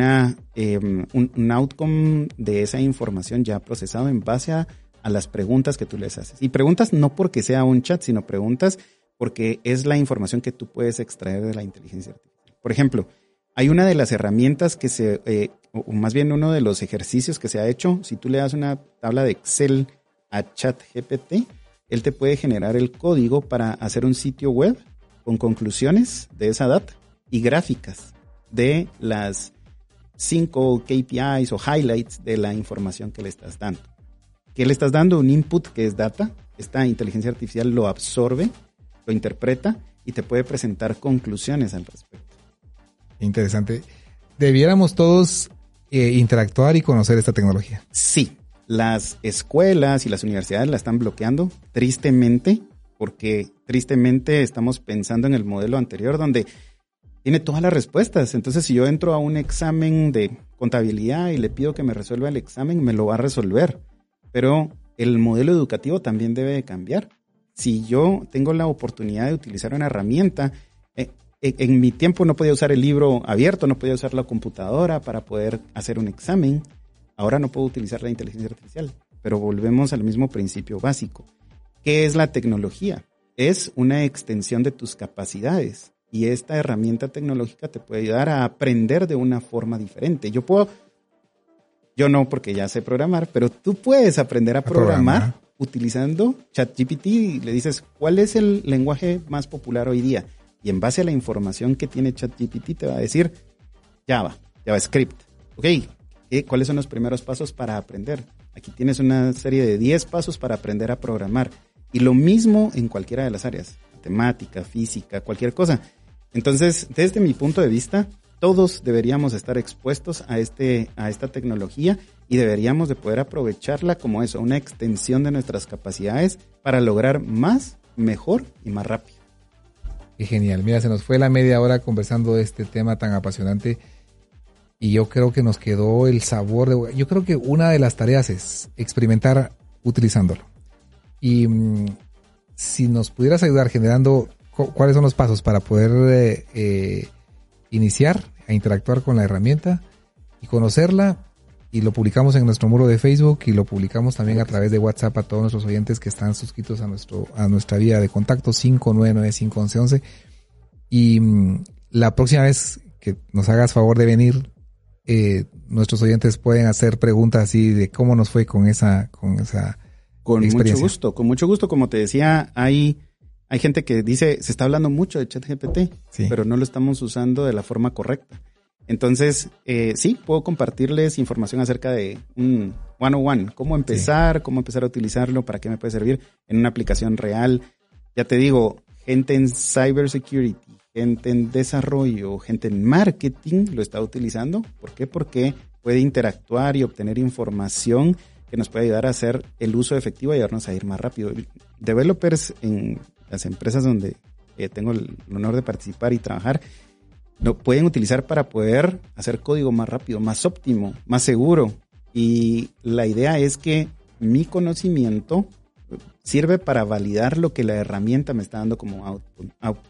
outcome de esa información ya procesado en base a las preguntas que tú les haces. Y preguntas no porque sea un chat, sino preguntas porque es la información que tú puedes extraer de la inteligencia artificial. Por ejemplo, hay una de las herramientas que o más bien uno de los ejercicios que se ha hecho, si tú le das una tabla de Excel a ChatGPT, él te puede generar el código para hacer un sitio web con conclusiones de esa data y gráficas de las 5 KPIs o highlights de la información que le estás dando. ¿Qué le estás dando? Un input que es data. Esta inteligencia artificial lo absorbe, lo interpreta y te puede presentar conclusiones al respecto. Interesante. Debiéramos todos interactuar y conocer esta tecnología. Sí, las escuelas y las universidades la están bloqueando, tristemente, porque tristemente estamos pensando en el modelo anterior donde tiene todas las respuestas. Entonces, si yo entro a un examen de contabilidad y le pido que me resuelva el examen, me lo va a resolver. pero el modelo educativo también debe de cambiar. Si yo tengo la oportunidad de utilizar una herramienta, en mi tiempo no podía usar el libro abierto, no podía usar la computadora para poder hacer un examen. Ahora no puedo utilizar la inteligencia artificial, pero volvemos al mismo principio básico. ¿Qué es la tecnología? Es una extensión de tus capacidades y esta herramienta tecnológica te puede ayudar a aprender de una forma diferente. Yo no porque ya sé programar, pero tú puedes aprender a programar utilizando ChatGPT. Le dices, ¿cuál es el lenguaje más popular hoy día? Y en base a la información que tiene ChatGPT te va a decir JavaScript. Ok, ¿cuáles son los primeros pasos para aprender? Aquí tienes una serie de 10 pasos para aprender a programar. Y lo mismo en cualquiera de las áreas, matemática, física, cualquier cosa. Entonces, desde mi punto de vista, todos deberíamos estar expuestos a esta tecnología y deberíamos de poder aprovecharla como eso, una extensión de nuestras capacidades para lograr más, mejor y más rápido. Qué genial. Mira, se nos fue la media hora conversando de este tema tan apasionante y yo creo que nos quedó el sabor yo creo que una de las tareas es experimentar utilizándolo. Y si nos pudieras ayudar generando cuáles son los pasos para poder iniciar a interactuar con la herramienta y conocerla, y lo publicamos en nuestro muro de Facebook y lo publicamos también a través de WhatsApp a todos nuestros oyentes que están suscritos a nuestra vía de contacto 599-511. Y la próxima vez que nos hagas favor de venir, nuestros oyentes pueden hacer preguntas así de cómo nos fue con esa experiencia. Con mucho gusto, como te decía, hay gente que dice, se está hablando mucho de ChatGPT, sí, pero no lo estamos usando de la forma correcta. Entonces, sí, puedo compartirles información acerca de un 101, cómo empezar a utilizarlo, para qué me puede servir en una aplicación real. Ya te digo, gente en cybersecurity, gente en desarrollo, gente en marketing lo está utilizando. ¿Por qué? Porque puede interactuar y obtener información que nos puede ayudar a hacer el uso efectivo y ayudarnos a ir más rápido. Developers en las empresas donde tengo el honor de participar y trabajar, lo pueden utilizar para poder hacer código más rápido, más óptimo, más seguro. Y la idea es que mi conocimiento sirve para validar lo que la herramienta me está dando como output.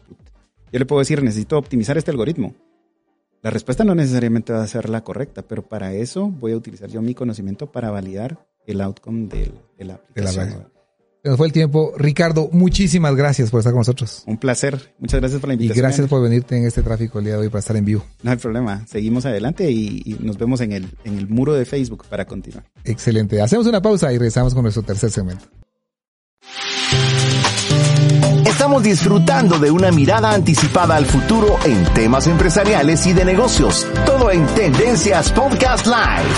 Yo le puedo decir, necesito optimizar este algoritmo. La respuesta no necesariamente va a ser la correcta, pero para eso voy a utilizar yo mi conocimiento para validar el outcome de la aplicación. Se nos fue el tiempo. Ricardo, muchísimas gracias por estar con nosotros. Un placer. Muchas gracias por la invitación. Y gracias por venirte en este tráfico el día de hoy para estar en vivo. No hay problema. Seguimos adelante y nos vemos en el muro de Facebook para continuar. Excelente. Hacemos una pausa y regresamos con nuestro tercer segmento. Estamos disfrutando de una mirada anticipada al futuro en temas empresariales y de negocios. Todo en Tendencias Podcast Live.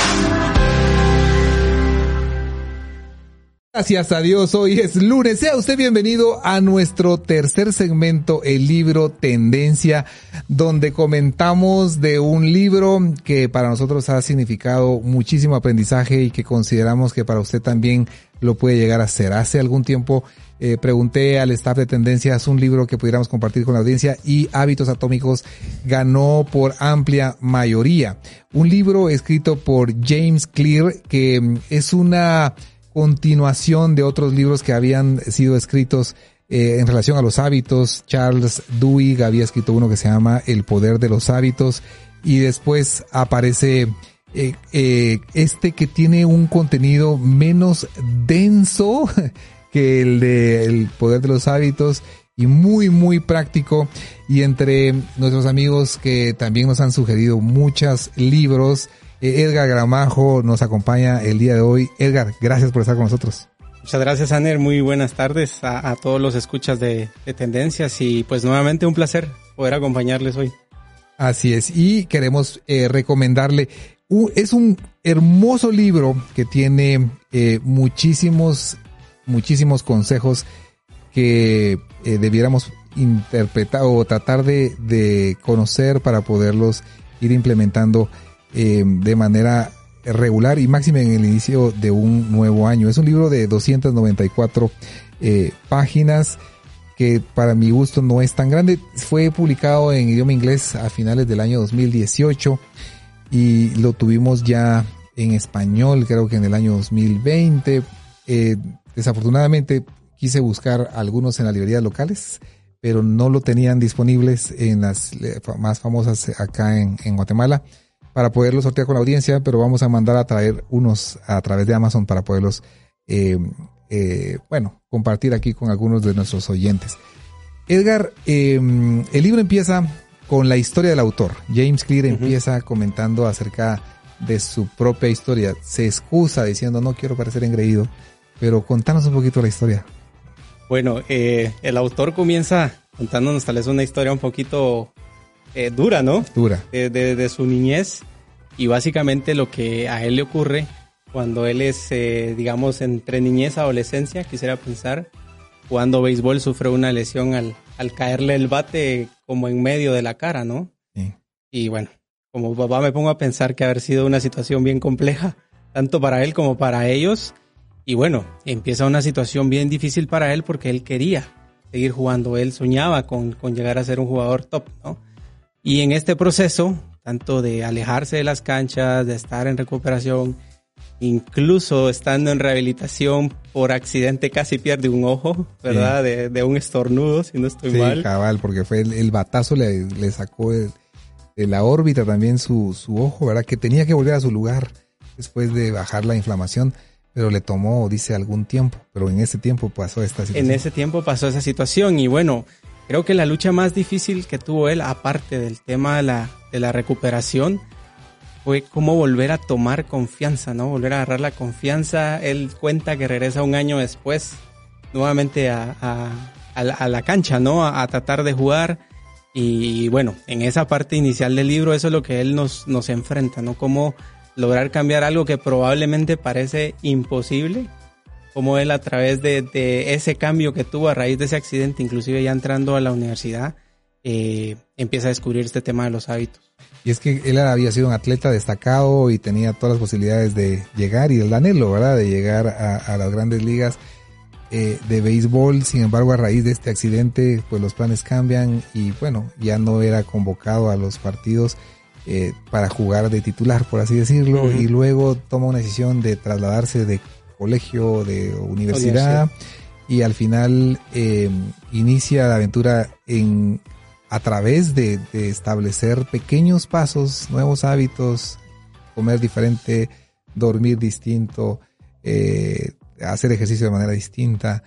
Gracias a Dios, hoy es lunes. Sea usted bienvenido a nuestro tercer segmento, el libro Tendencia, donde comentamos de un libro que para nosotros ha significado muchísimo aprendizaje y que consideramos que para usted también lo puede llegar a ser. Hace algún tiempo pregunté al staff de Tendencias un libro que pudiéramos compartir con la audiencia y Hábitos Atómicos ganó por amplia mayoría. Un libro escrito por James Clear que es una continuación de otros libros que habían sido escritos en relación a los hábitos. Charles Duhigg había escrito uno que se llama El Poder de los Hábitos y después aparece este que tiene un contenido menos denso que el de El Poder de los Hábitos y muy muy práctico. Y entre nuestros amigos que también nos han sugerido muchos libros, Edgar Gramajo nos acompaña el día de hoy. Edgar, gracias por estar con nosotros. Muchas gracias, Aner. Muy buenas tardes a todos los escuchas de Tendencias y pues nuevamente un placer poder acompañarles hoy. Así es, y queremos recomendarle, es un hermoso libro que tiene muchísimos consejos que debiéramos interpretar o tratar de conocer para poderlos ir implementando de manera regular y máxima en el inicio de un nuevo año. Es un libro de 294 páginas que para mi gusto no es tan grande. Fue publicado en idioma inglés a finales del año 2018 y lo tuvimos ya en español, creo que en el año 2020. Desafortunadamente quise buscar algunos en las librerías locales, pero no lo tenían disponibles en las más famosas acá en Guatemala para poderlos sortear con la audiencia, pero vamos a mandar a traer unos a través de Amazon para poderlos compartir aquí con algunos de nuestros oyentes. Edgar, el libro empieza con la historia del autor. James Clear empieza comentando acerca de su propia historia. Se excusa diciendo, no quiero parecer engreído, pero contanos un poquito la historia. Bueno, el autor comienza contándonos tal vez una historia un poquito dura, ¿no? Dura. De su niñez, y básicamente lo que a él le ocurre cuando él es, digamos, entre niñez y adolescencia, quisiera pensar, jugando béisbol sufre una lesión al caerle el bate como en medio de la cara, ¿no? Sí. Y bueno, como papá me pongo a pensar que haber sido una situación bien compleja, tanto para él como para ellos. Y bueno, empieza una situación bien difícil para él porque él quería seguir jugando. Él soñaba con llegar a ser un jugador top, ¿no? Y en este proceso, tanto de alejarse de las canchas, de estar en recuperación, incluso estando en rehabilitación, por accidente casi pierde un ojo, ¿verdad? Sí. De un estornudo, si no estoy mal. Sí, cabal, porque fue el batazo le sacó de la órbita también su ojo, ¿verdad? Que tenía que volver a su lugar después de bajar la inflamación. Pero le tomó, dice, algún tiempo. Pero en ese tiempo pasó esta situación. En ese tiempo pasó esa situación. Y bueno, creo que la lucha más difícil que tuvo él, aparte del tema de la recuperación, fue cómo volver a tomar confianza, ¿no? Volver a agarrar la confianza. Él cuenta que regresa un año después nuevamente a la cancha, ¿no? A tratar de jugar. Y bueno, en esa parte inicial del libro, eso es lo que él nos enfrenta, ¿no? Cómo lograr cambiar algo que probablemente parece imposible, como él a través de ese cambio que tuvo a raíz de ese accidente, inclusive ya entrando a la universidad, empieza a descubrir este tema de los hábitos. Y es que él había sido un atleta destacado y tenía todas las posibilidades de llegar, y el anhelo, ¿verdad?, de llegar a las grandes ligas de béisbol. Sin embargo, a raíz de este accidente, pues los planes cambian y bueno, ya no era convocado a los partidos para jugar de titular, por así decirlo, y luego toma una decisión de trasladarse de colegio, de universidad, y al final inicia la aventura a través de establecer pequeños pasos, nuevos hábitos, comer diferente, dormir distinto, hacer ejercicio de manera distinta,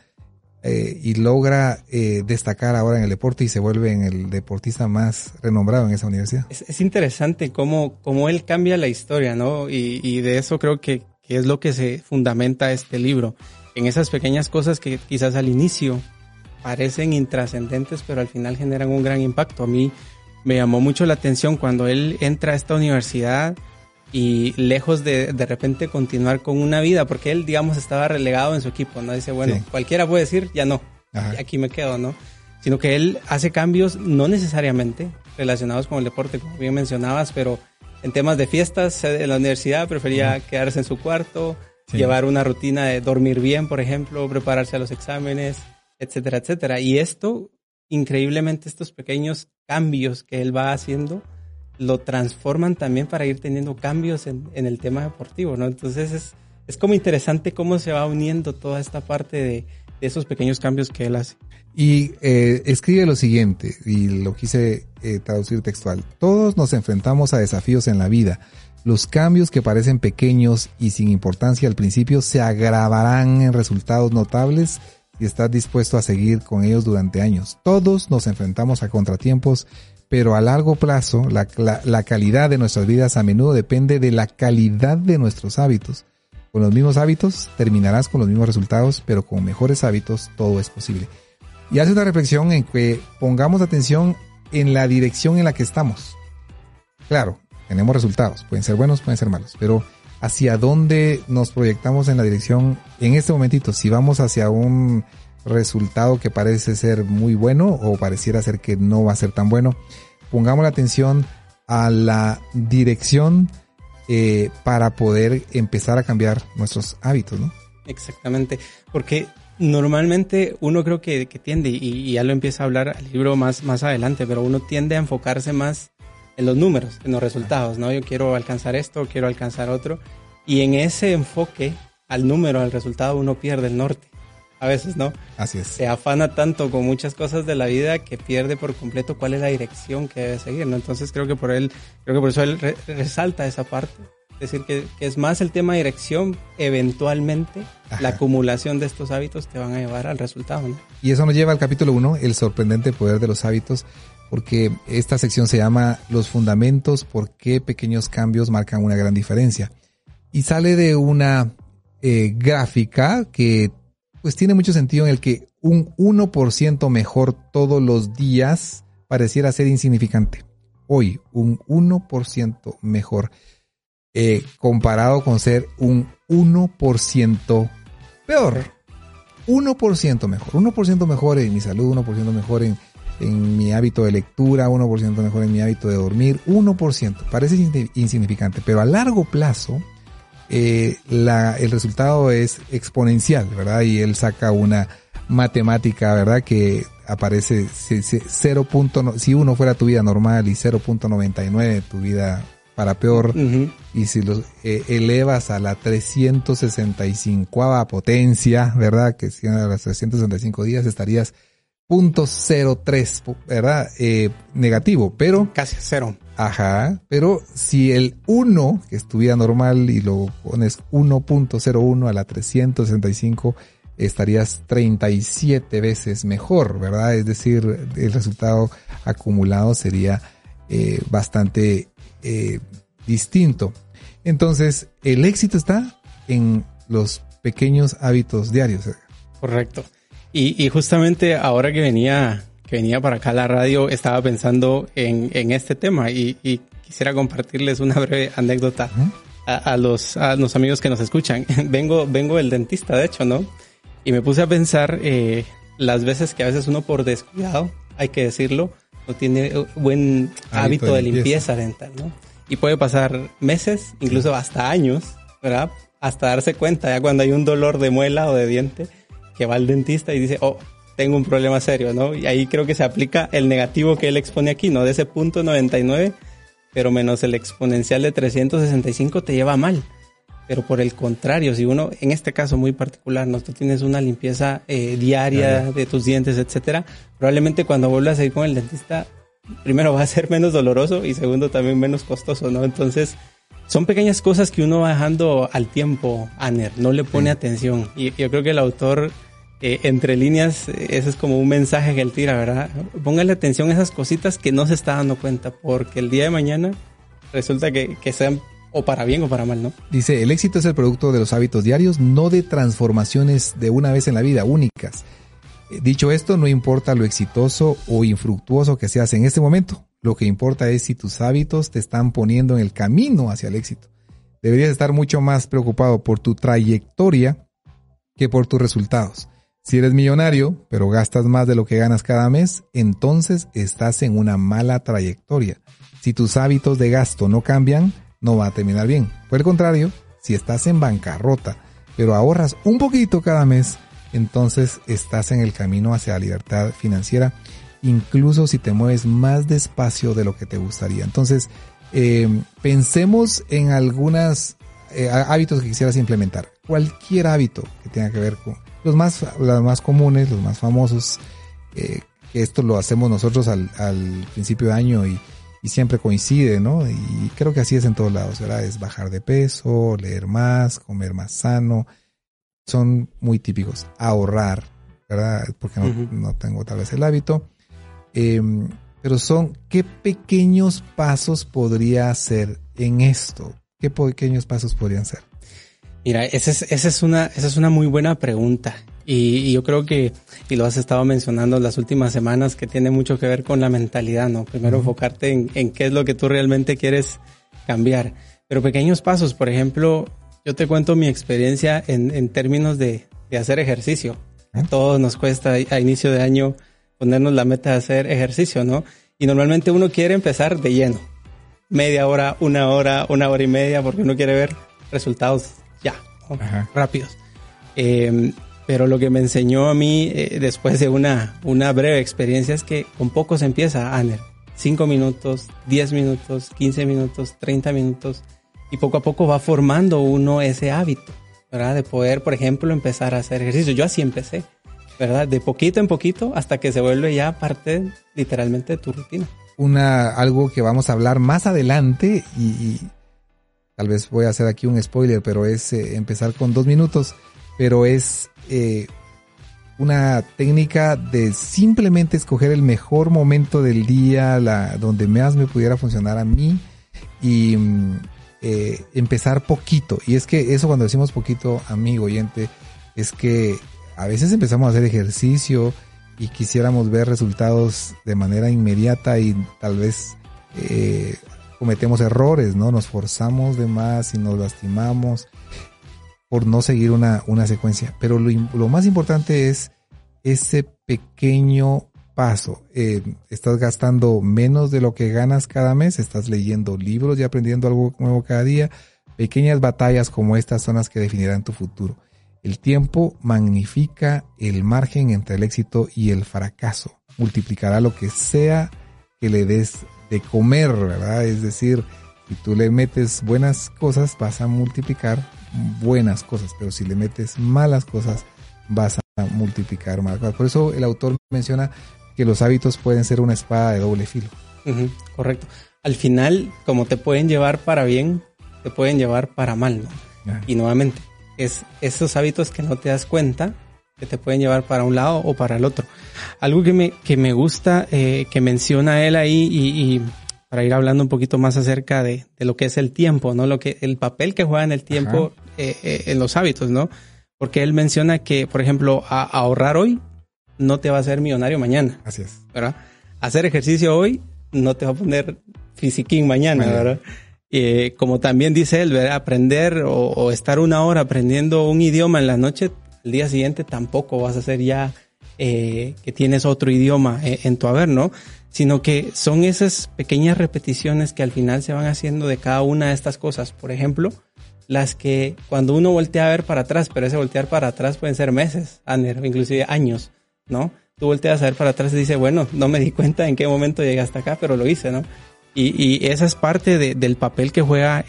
y logra destacar ahora en el deporte y se vuelve en el deportista más renombrado en esa universidad. Es interesante cómo él cambia la historia, ¿no? Y de eso creo que es lo que se fundamenta este libro, en esas pequeñas cosas que quizás al inicio parecen intrascendentes, pero al final generan un gran impacto. A mí me llamó mucho la atención cuando él entra a esta universidad y lejos de repente continuar con una vida, porque él, digamos, estaba relegado en su equipo, ¿no? Dice, bueno, cualquiera puede decir, ya no, aquí me quedo, ¿no? Sino que él hace cambios no necesariamente relacionados con el deporte, como bien mencionabas, pero en temas de fiestas en la universidad prefería quedarse en su cuarto, llevar una rutina de dormir bien, por ejemplo, prepararse a los exámenes, etcétera, etcétera. Y esto, increíblemente, estos pequeños cambios que él va haciendo, lo transforman también para ir teniendo cambios en el tema deportivo, ¿no? Entonces es como interesante cómo se va uniendo toda esta parte de esos pequeños cambios que él hace. Y escribe lo siguiente, y lo quise traducir textual. Todos nos enfrentamos a desafíos en la vida. Los cambios que parecen pequeños y sin importancia al principio se agravarán en resultados notables si estás dispuesto a seguir con ellos durante años. Todos nos enfrentamos a contratiempos, pero a largo plazo la calidad de nuestras vidas a menudo depende de la calidad de nuestros hábitos. Con los mismos hábitos terminarás con los mismos resultados, pero con mejores hábitos todo es posible. Y hace una reflexión en que pongamos atención en la dirección en la que estamos. Claro, tenemos resultados, pueden ser buenos, pueden ser malos, pero hacia dónde nos proyectamos en la dirección en este momentito. Si vamos hacia un resultado que parece ser muy bueno o pareciera ser que no va a ser tan bueno, pongamos la atención a la dirección para poder empezar a cambiar nuestros hábitos, ¿no? Exactamente, porque normalmente uno creo que tiende, y ya lo empieza a hablar el libro más adelante, pero uno tiende a enfocarse más en los números, en los resultados, ¿no? Yo quiero alcanzar esto, quiero alcanzar otro, Y en ese enfoque al número, al resultado, uno pierde el norte. A veces, ¿no? Así es. Se afana tanto con muchas cosas de la vida que pierde por completo cuál es la dirección que debe seguir, ¿no? Entonces creo que por eso él resalta esa parte. Es decir, que es más el tema de dirección, eventualmente la acumulación de estos hábitos te van a llevar al resultado, ¿no? Y eso nos lleva al capítulo 1, el sorprendente poder de los hábitos, porque esta sección se llama Los fundamentos, por qué pequeños cambios marcan una gran diferencia. Y sale de una gráfica que pues tiene mucho sentido, en el que un 1% mejor todos los días pareciera ser insignificante. Hoy, un 1% mejor comparado con ser un 1% peor. 1% mejor. 1% mejor en mi salud, 1% mejor en mi hábito de lectura, 1% mejor en mi hábito de dormir. 1%. Parece insignificante, pero a largo plazo el resultado es exponencial, ¿verdad? Y él saca una matemática, ¿verdad? Que aparece 0. Si 1 fuera tu vida normal y 0.99 tu vida para peor, y si los elevas a la 365ª potencia, ¿verdad? Que si a las 365 días estarías 0.03, ¿verdad? Negativo, pero casi 0. Ajá, pero si el 1, que es tu vida normal, y lo pones 1.01 a la 365, estarías 37 veces mejor, ¿verdad? Es decir, el resultado acumulado sería bastante distinto. Entonces, el éxito está en los pequeños hábitos diarios. Correcto. Y justamente ahora que venía para acá a la radio, estaba pensando en este tema y quisiera compartirles una breve anécdota a los amigos que nos escuchan. Vengo del dentista, de hecho, ¿no? Y me puse a pensar las veces que a veces uno por descuidado, hay que decirlo, no tiene buen hábito de limpieza dental, ¿no? Y puede pasar meses, incluso hasta años, ¿verdad? Hasta darse cuenta ya cuando hay un dolor de muela o de diente, que va al dentista y dice, tengo un problema serio, ¿no? Y ahí creo que se aplica el negativo que él expone aquí, ¿no? De ese 0.99, pero menos el exponencial de 365 te lleva mal. Pero por el contrario, si uno, en este caso muy particular, ¿no? Tú tienes una limpieza diaria de tus dientes, etcétera, probablemente cuando vuelvas a ir con el dentista, primero va a ser menos doloroso y segundo también menos costoso, ¿no? Entonces, son pequeñas cosas que uno va dejando al tiempo, Aner, no le pone atención. Y yo creo que el autor, entre líneas, ese es como un mensaje que él tira, ¿verdad? Póngale atención a esas cositas que no se está dando cuenta, porque el día de mañana resulta que sean o para bien o para mal, ¿no? Dice, el éxito es el producto de los hábitos diarios, no de transformaciones de una vez en la vida, únicas. Dicho esto, no importa lo exitoso o infructuoso que seas en este momento. Lo que importa es si tus hábitos te están poniendo en el camino hacia el éxito. Deberías estar mucho más preocupado por tu trayectoria que por tus resultados. Si eres millonario, pero gastas más de lo que ganas cada mes, entonces estás en una mala trayectoria. Si tus hábitos de gasto no cambian, no va a terminar bien. Por el contrario, si estás en bancarrota, pero ahorras un poquito cada mes, entonces estás en el camino hacia la libertad financiera, incluso si te mueves más despacio de lo que te gustaría. Entonces, pensemos en algunos hábitos que quisieras implementar. Cualquier hábito que tenga que ver con los más comunes, los más famosos, que esto lo hacemos nosotros al principio de año y siempre coincide, ¿no? Y creo que así es en todos lados, ¿verdad? Es bajar de peso, leer más, comer más sano. Son muy típicos. Ahorrar, ¿verdad? Porque no tengo tal vez el hábito. Pero ¿qué pequeños pasos podría hacer en esto? ¿Qué pequeños pasos podrían ser? Mira, esa es una muy buena pregunta. Y yo creo que, y lo has estado mencionando en las últimas semanas, que tiene mucho que ver con la mentalidad, ¿no? Primero enfocarte en qué es lo que tú realmente quieres cambiar. Pero pequeños pasos, por ejemplo, yo te cuento mi experiencia en términos de hacer ejercicio. A todos nos cuesta a inicio de año ponernos la meta de hacer ejercicio, ¿no? Y normalmente uno quiere empezar de lleno. Media hora, una hora y media, porque uno quiere ver resultados ya, ¿no? Rápidos. Pero lo que me enseñó a mí después de una breve experiencia es que con poco se empieza, Aner. 5 minutos, 10 minutos, 15 minutos, 30 minutos. y poco a poco va formando uno ese hábito, ¿verdad? De poder, por ejemplo, empezar a hacer ejercicio. Yo así empecé, ¿verdad? De poquito en poquito hasta que se vuelve ya parte literalmente de tu rutina. Algo que vamos a hablar más adelante y tal vez voy a hacer aquí un spoiler, pero es empezar con 2 minutos, pero es una técnica de simplemente escoger el mejor momento del día, donde más me pudiera funcionar a mí y empezar poquito. Y es que eso, cuando decimos poquito, amigo oyente, es que a veces empezamos a hacer ejercicio y quisiéramos ver resultados de manera inmediata y tal vez cometemos errores, ¿no? Nos forzamos de más y nos lastimamos por no seguir una secuencia. Pero lo más importante es ese pequeño paso. Estás gastando menos de lo que ganas cada mes, estás leyendo libros y aprendiendo algo nuevo cada día. Pequeñas batallas como estas son las que definirán tu futuro. El tiempo magnifica el margen entre el éxito y el fracaso. Multiplicará lo que sea que le des de comer, ¿verdad? Es decir, si tú le metes buenas cosas, vas a multiplicar buenas cosas, pero si le metes malas cosas, vas a multiplicar malas cosas. Por eso el autor menciona que los hábitos pueden ser una espada de doble filo. Uh-huh, correcto. Al final, como te pueden llevar para bien, te pueden llevar para mal, ¿no? Y nuevamente, es esos hábitos que no te das cuenta que te pueden llevar para un lado o para el otro. Algo que me gusta, que menciona él ahí y para ir hablando un poquito más acerca de lo que es el tiempo, ¿no? El papel que juega en el tiempo en los hábitos, ¿no? Porque él menciona que, por ejemplo, ahorrar hoy no te va a hacer millonario mañana. Así es. ¿Verdad? Hacer ejercicio hoy no te va a poner fisiquín mañana, ¿verdad? Como también dice él, ¿verdad? Aprender o estar 1 hora aprendiendo un idioma en la noche, el día siguiente tampoco vas a hacer ya que tienes otro idioma en tu haber, ¿no? Sino que son esas pequeñas repeticiones que al final se van haciendo de cada una de estas cosas. Por ejemplo, las que cuando uno voltea a ver para atrás, pero ese voltear para atrás pueden ser meses, Ander, inclusive años, ¿no? Tú volteas a ver para atrás y dices, bueno, no me di cuenta en qué momento llegué hasta acá, pero lo hice, ¿no? Y esa es parte del papel que juega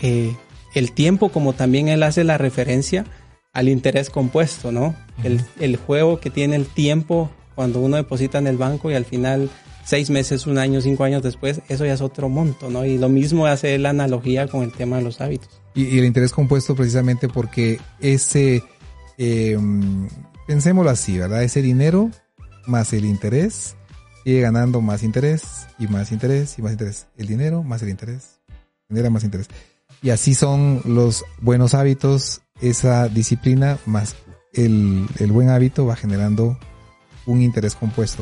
el tiempo, como también él hace la referencia al interés compuesto, ¿no? El juego que tiene el tiempo cuando uno deposita en el banco y al final 6 meses, 1 año, 5 años después, eso ya es otro monto, ¿no? Y lo mismo hace la analogía con el tema de los hábitos. Y el interés compuesto precisamente porque ese, pensémoslo así, ¿verdad? Ese dinero más el interés sigue ganando más interés y más interés y más interés. El dinero más el interés genera más interés. Y así son los buenos hábitos, esa disciplina más el buen hábito va generando un interés compuesto.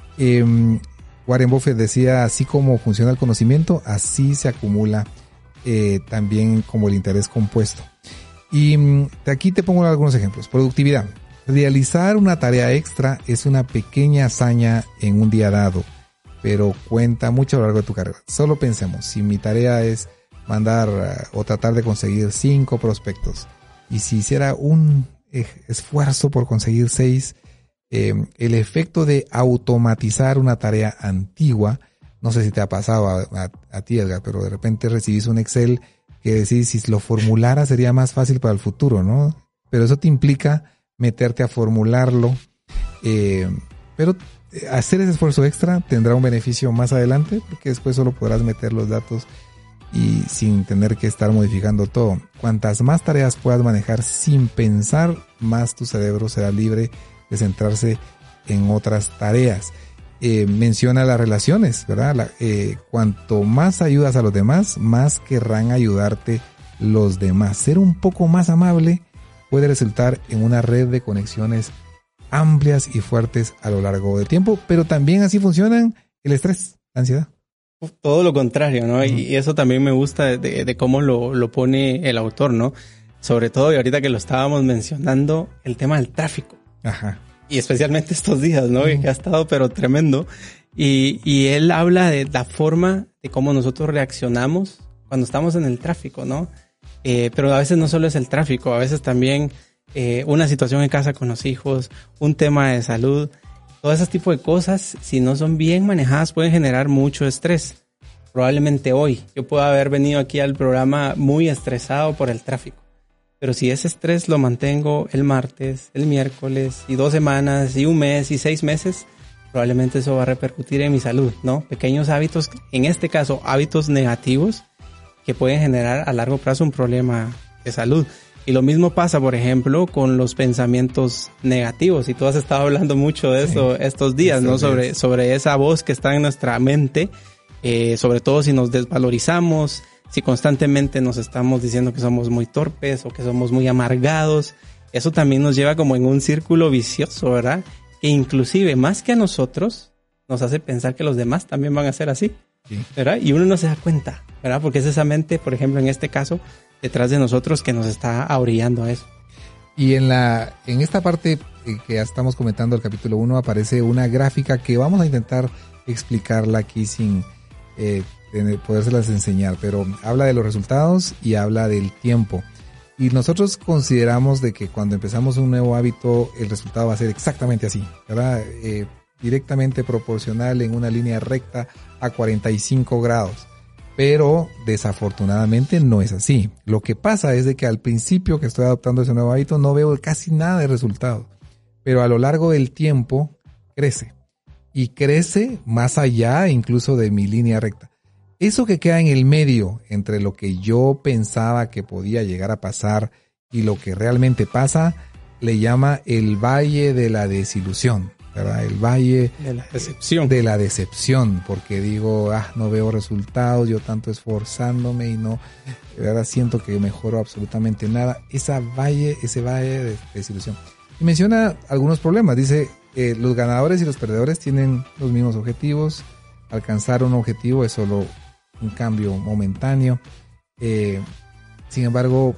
Warren Buffett decía, así como funciona el conocimiento, así se acumula también como el interés compuesto. Y aquí te pongo algunos ejemplos. Productividad. Realizar una tarea extra es una pequeña hazaña en un día dado, pero cuenta mucho a lo largo de tu carrera. Solo pensemos, si mi tarea es mandar o tratar de conseguir 5 prospectos, y si hiciera un esfuerzo por conseguir 6, el efecto de automatizar una tarea antigua, no sé si te ha pasado a ti, Edgar, pero de repente recibís un Excel que decís, si lo formulara sería más fácil para el futuro, ¿no? Pero eso te implica meterte a formularlo, pero hacer ese esfuerzo extra tendrá un beneficio más adelante, porque después solo podrás meter los datos y sin tener que estar modificando todo. Cuantas más tareas puedas manejar sin pensar, más tu cerebro será libre de centrarse en otras tareas. Menciona las relaciones, ¿verdad? Cuanto más ayudas a los demás, más querrán ayudarte los demás. Ser un poco más amable puede resultar en una red de conexiones amplias y fuertes a lo largo del tiempo, pero también así funcionan el estrés, la ansiedad. Todo lo contrario, ¿no? Y eso también me gusta de cómo lo pone el autor, ¿no? Sobre todo, y ahorita que lo estábamos mencionando, el tema del tráfico. Ajá. Y especialmente estos días, ¿no? Que ha estado pero tremendo. Y él habla de la forma de cómo nosotros reaccionamos cuando estamos en el tráfico, ¿no? Pero a veces no solo es el tráfico, a veces también una situación en casa con los hijos, un tema de salud. Todo ese tipo de cosas, si no son bien manejadas, pueden generar mucho estrés. Probablemente hoy yo puedo haber venido aquí al programa muy estresado por el tráfico. Pero si ese estrés lo mantengo el martes, el miércoles, y 2 semanas, y un mes, y 6 meses, probablemente eso va a repercutir en mi salud, ¿no? Pequeños hábitos, en este caso hábitos negativos, que pueden generar a largo plazo un problema de salud. Y lo mismo pasa, por ejemplo, con los pensamientos negativos. Y tú has estado hablando mucho de eso estos días, ¿no? Sobre esa voz que está en nuestra mente, sobre todo si nos desvalorizamos, si constantemente nos estamos diciendo que somos muy torpes o que somos muy amargados. Eso también nos lleva como en un círculo vicioso, ¿verdad? Que inclusive más que a nosotros nos hace pensar que los demás también van a ser así, ¿verdad? Y uno no se da cuenta, ¿verdad? Porque es esa mente, por ejemplo, en este caso, detrás de nosotros que nos está orillando a eso. Y en esta parte que ya estamos comentando, el capítulo 1, aparece una gráfica que vamos a intentar explicarla aquí sin podérselas enseñar, pero habla de los resultados y habla del tiempo. Y nosotros consideramos de que cuando empezamos un nuevo hábito, el resultado va a ser exactamente así, ¿verdad? Directamente proporcional en una línea recta a 45 grados. Pero desafortunadamente no es así. Lo que pasa es de que al principio que estoy adoptando ese nuevo hábito no veo casi nada de resultado. Pero a lo largo del tiempo crece. Y crece más allá incluso de mi línea recta. Eso que queda en el medio entre lo que yo pensaba que podía llegar a pasar y lo que realmente pasa, le llama el valle de la desilusión, ¿verdad? El valle de la decepción. De la decepción, porque digo, no veo resultados, yo tanto esforzándome y no, ¿verdad? Siento que mejoro absolutamente nada. Ese valle de desilusión. Y menciona algunos problemas, dice, los ganadores y los perdedores tienen los mismos objetivos. Alcanzar un objetivo es solo un cambio momentáneo. Sin embargo,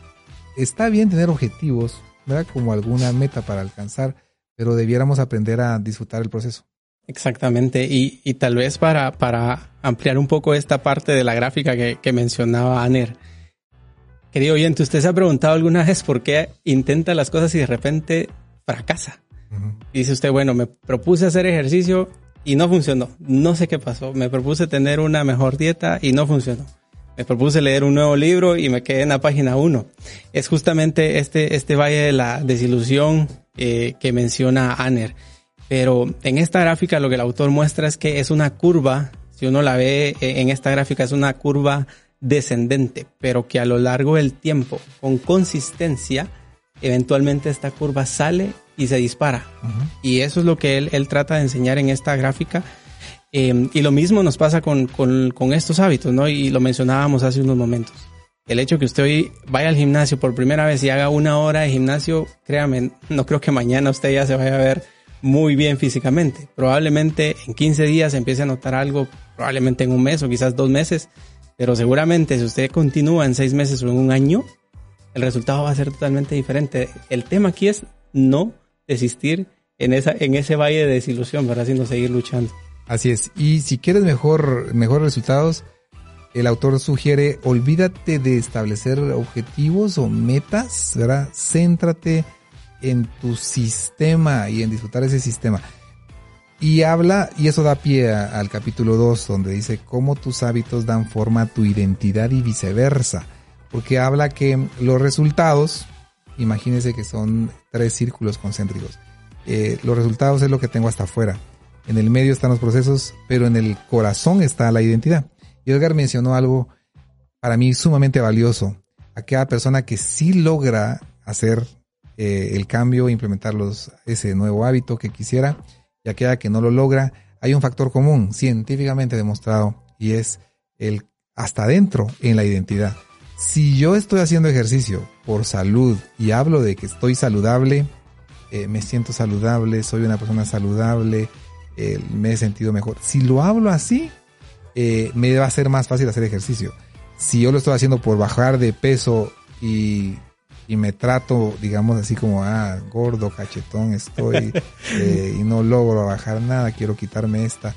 está bien tener objetivos, ¿verdad? Como alguna meta para alcanzar, pero debiéramos aprender a disfrutar el proceso. Exactamente. Y tal vez para ampliar un poco esta parte de la gráfica que mencionaba Aner. Querido oyente, ¿usted se ha preguntado alguna vez por qué intenta las cosas y de repente fracasa? Uh-huh. Dice usted, bueno, me propuse hacer ejercicio y no funcionó. No sé qué pasó. Me propuse tener una mejor dieta y no funcionó. Me propuse leer un nuevo libro y me quedé en la página 1. Es justamente este valle de la desilusión que menciona Aner. Pero en esta gráfica lo que el autor muestra es que es una curva. Si uno la ve en esta gráfica, es una curva descendente, pero que a lo largo del tiempo, con consistencia, eventualmente esta curva sale y se dispara. Uh-huh. Y eso es lo que él trata de enseñar en esta gráfica. Y lo mismo nos pasa con estos hábitos, ¿no? Y lo mencionábamos hace unos momentos. El hecho que usted hoy vaya al gimnasio por primera vez y haga 1 hora de gimnasio, créame, no creo que mañana usted ya se vaya a ver muy bien físicamente. Probablemente en 15 días empiece a notar algo, probablemente en un mes o quizás 2 meses. Pero seguramente si usted continúa en 6 meses o en 1 año, el resultado va a ser totalmente diferente. El tema aquí es no desistir en ese valle de desilusión, ¿verdad? Sino seguir luchando. Así es. Y si quieres mejores resultados, el autor sugiere, olvídate de establecer objetivos o metas, ¿verdad? Céntrate en tu sistema y en disfrutar ese sistema. Y habla, y eso da pie al capítulo 2, donde dice cómo tus hábitos dan forma a tu identidad y viceversa. Porque habla que los resultados, imagínense que son 3 círculos concéntricos. Los resultados es lo que tengo hasta afuera. En el medio están los procesos, pero en el corazón está la identidad. Y Edgar mencionó algo para mí sumamente valioso. Aquella persona que sí logra hacer el cambio, implementar ese nuevo hábito que quisiera, y aquella que no lo logra, hay un factor común científicamente demostrado, y es el hasta adentro en la identidad. Si yo estoy haciendo ejercicio por salud y hablo de que estoy saludable, me siento saludable, soy una persona saludable, me he sentido mejor. Si lo hablo así, me va a ser más fácil hacer ejercicio. Si yo lo estoy haciendo por bajar de peso y me trato, digamos así como, gordo, cachetón estoy, y no logro bajar nada, quiero quitarme esta.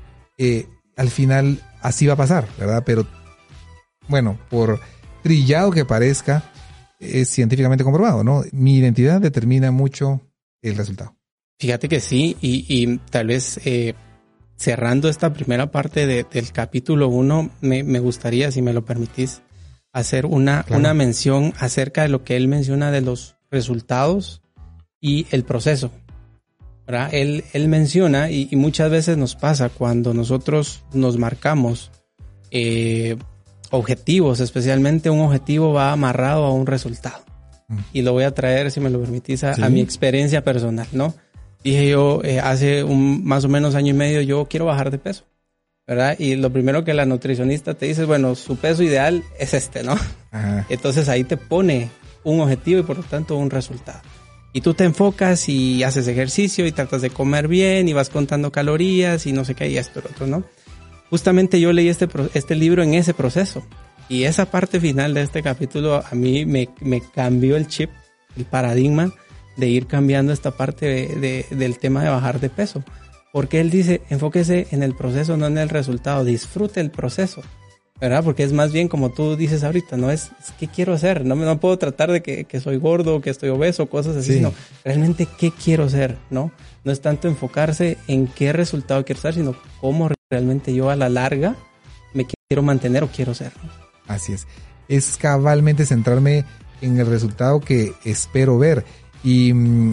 Al final así va a pasar, ¿verdad? Pero, bueno, por trillado que parezca, es científicamente comprobado, ¿no? Mi identidad determina mucho el resultado. Fíjate que sí, y tal vez cerrando esta primera parte del capítulo 1, me gustaría, si me lo permitís, hacer una mención acerca de lo que él menciona de los resultados y el proceso, ¿verdad? Él menciona, y muchas veces nos pasa cuando nosotros nos marcamos objetivos, especialmente un objetivo va amarrado a un resultado. Y lo voy a traer, si me lo permitís, a mi experiencia personal, ¿no? Dije yo, hace más o menos año y medio, yo quiero bajar de peso, ¿verdad? Y lo primero que la nutricionista te dice es, bueno, su peso ideal es este, ¿no? Ajá. Entonces ahí te pone un objetivo y por lo tanto un resultado. Y tú te enfocas y haces ejercicio y tratas de comer bien y vas contando calorías y no sé qué y esto y lo otro, ¿no? Justamente yo leí este libro en ese proceso. Y esa parte final de este capítulo a mí me cambió el chip, el paradigma de ir cambiando esta parte del tema de bajar de peso. Porque él dice, enfóquese en el proceso, no en el resultado. Disfrute el proceso, ¿verdad? Porque es más bien como tú dices ahorita, no es qué quiero hacer. No puedo tratar de que soy gordo, que estoy obeso, cosas así, sino realmente qué quiero ser, ¿no? No es tanto enfocarse en qué resultado quiero ser, sino cómo realmente yo a la larga me quiero mantener o quiero ser, ¿no? Así es. Es cabalmente centrarme en el resultado que espero ver. Y,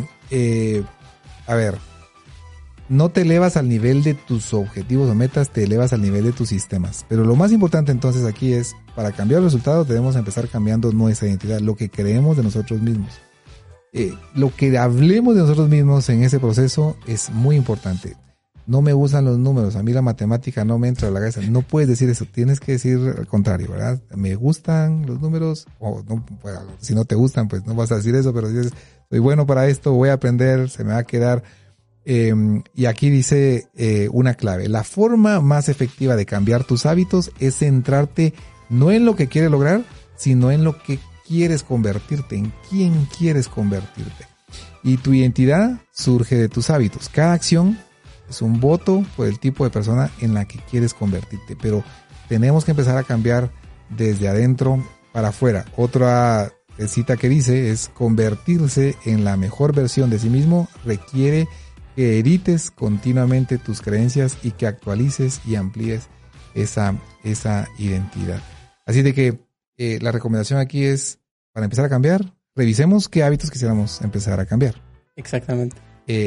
a ver, no te elevas al nivel de tus objetivos o metas, te elevas al nivel de tus sistemas. Pero lo más importante entonces aquí es, para cambiar los resultados debemos empezar cambiando nuestra identidad, lo que creemos de nosotros mismos. Lo que hablemos de nosotros mismos en ese proceso es muy importante. No me gustan los números, a mí la matemática no me entra a la cabeza. No puedes decir eso, tienes que decir al contrario, ¿verdad? Me gustan los números, o no, bueno, si no te gustan, pues no vas a decir eso, pero dices, soy bueno para esto, voy a aprender, se me va a quedar. Y aquí dice una clave, la forma más efectiva de cambiar tus hábitos es centrarte no en lo que quieres lograr, sino en lo que quieres convertirte, en quién quieres convertirte. Y tu identidad surge de tus hábitos. Cada acción es un voto por el tipo de persona en la que quieres convertirte, pero tenemos que empezar a cambiar desde adentro para afuera. Otra cita que dice es convertirse en la mejor versión de sí mismo requiere que edites continuamente tus creencias y que actualices y amplíes esa identidad. Así de que la recomendación aquí es, para empezar a cambiar, revisemos qué hábitos quisiéramos empezar a cambiar. Exactamente.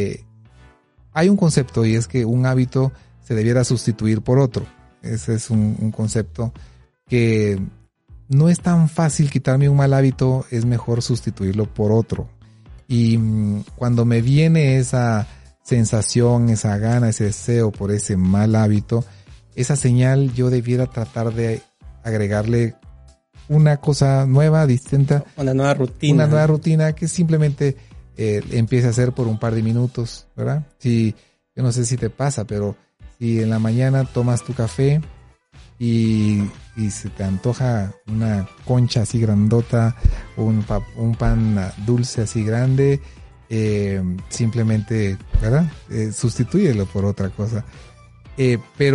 Hay un concepto y es que un hábito se debiera sustituir por otro. Ese es un concepto que no es tan fácil. Quitarme un mal hábito, es mejor sustituirlo por otro. Y cuando me viene esa sensación, esa gana, ese deseo por ese mal hábito, esa señal yo debiera tratar de agregarle una cosa nueva, distinta. Una nueva rutina. Una nueva rutina que simplemente empiece a hacer por un par de minutos, ¿verdad? Si, yo no sé si te pasa, pero si en la mañana tomas tu café y se te antoja una concha así grandota, un pan dulce así grande, simplemente, ¿verdad? Sustitúyelo por otra cosa. Y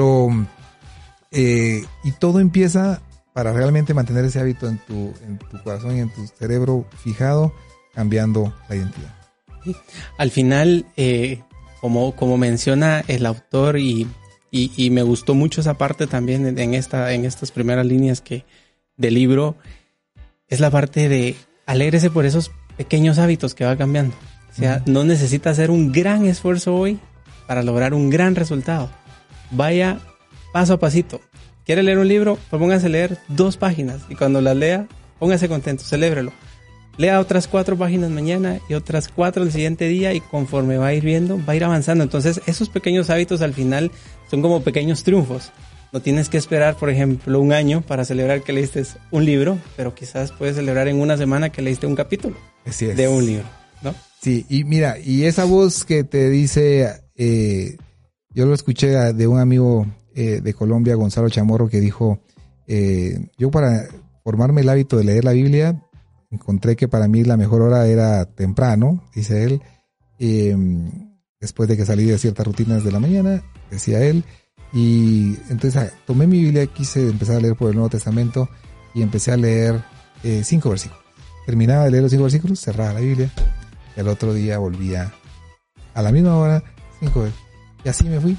todo empieza para realmente mantener ese hábito en tu corazón y en tu cerebro fijado, cambiando la identidad. Al final, como menciona el autor y me gustó mucho esa parte también en estas primeras líneas del libro, es la parte de alégrese por esos pequeños hábitos que va cambiando. O sea, no necesita hacer un gran esfuerzo hoy para lograr un gran resultado. Vaya paso a pasito. ¿Quiere leer un libro? Pues póngase a leer 2 páginas y cuando las lea, póngase contento, celébrelo. Lea otras 4 páginas mañana y otras 4 el siguiente día y conforme va a ir viendo, va a ir avanzando. Entonces, esos pequeños hábitos al final son como pequeños triunfos. No tienes que esperar, por ejemplo, un año para celebrar que leíste un libro, pero quizás puedes celebrar en una semana que leíste un capítulo de un libro, ¿no? Sí, y mira, y esa voz que te dice, yo lo escuché de un amigo de Colombia, Gonzalo Chamorro, que dijo, yo para formarme el hábito de leer la Biblia, encontré que para mí la mejor hora era temprano, dice él, después de que salí de ciertas rutinas de la mañana, decía él, y entonces tomé mi Biblia, quise empezar a leer por el Nuevo Testamento y empecé a leer 5 versículos. Terminaba de leer los 5 versículos, cerraba la Biblia y al otro día volvía a la misma hora, 5 versículos. Y así me fui.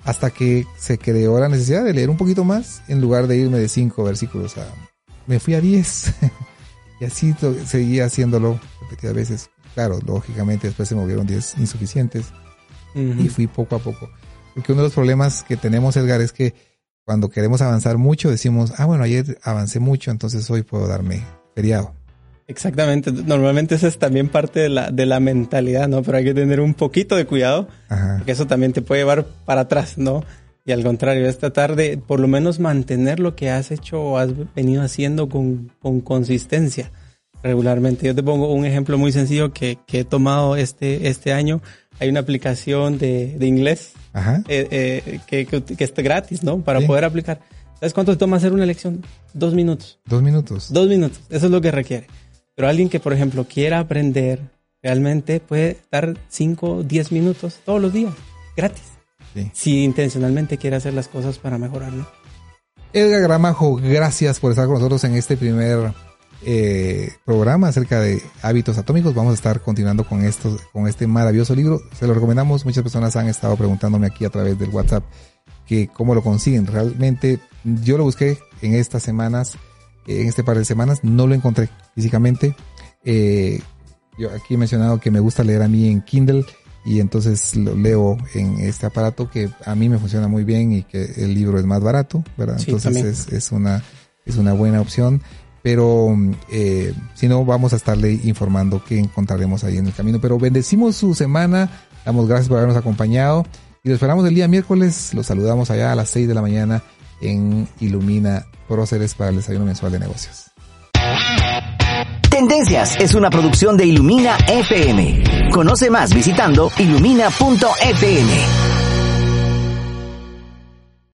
hasta que se creó la necesidad de leer un poquito más en lugar de irme de 5 versículos me fui a 10 y así seguía haciéndolo repetidas veces. Claro, lógicamente después se me volvieron 10 insuficientes y fui poco a poco. Porque uno de los problemas que tenemos, Edgar, es que cuando queremos avanzar mucho decimos, bueno, ayer avancé mucho, entonces hoy puedo darme feriado. Exactamente, normalmente esa es también parte de la mentalidad, ¿no? Pero hay que tener un poquito de cuidado, porque eso también te puede llevar para atrás, ¿no? Y al contrario, es tratar de por lo menos mantener lo que has hecho o has venido haciendo con consistencia regularmente. Yo te pongo un ejemplo muy sencillo que he tomado este año. Hay una aplicación de inglés que está gratis, ¿no? Para poder aplicar. ¿Sabes cuánto te toma hacer una lección? 2 minutos. 2 minutos. 2 minutos. Eso es lo que requiere. Pero alguien que, por ejemplo, quiera aprender, realmente puede dar 5, 10 minutos todos los días, gratis. Sí. Si intencionalmente quiere hacer las cosas para mejorar, ¿no? Edgar Gramajo, gracias por estar con nosotros en este primer programa acerca de hábitos atómicos. Vamos a estar continuando con este maravilloso libro. Se lo recomendamos. Muchas personas han estado preguntándome aquí a través del WhatsApp que cómo lo consiguen. Realmente yo lo busqué en estas semanas, en este par de semanas, no lo encontré físicamente. Yo aquí he mencionado que me gusta leer a mí en Kindle y entonces lo leo en este aparato que a mí me funciona muy bien y que el libro es más barato, ¿verdad? Sí, entonces es una buena opción. Pero si no, vamos a estarle informando qué encontraremos ahí en el camino. Pero bendecimos su semana, damos gracias por habernos acompañado y lo esperamos el día miércoles. Los saludamos allá a las 6 de la mañana en Ilumina Próceres para el desayuno mensual de negocios. Tendencias es una producción de Ilumina FM. Conoce más visitando ilumina.fm.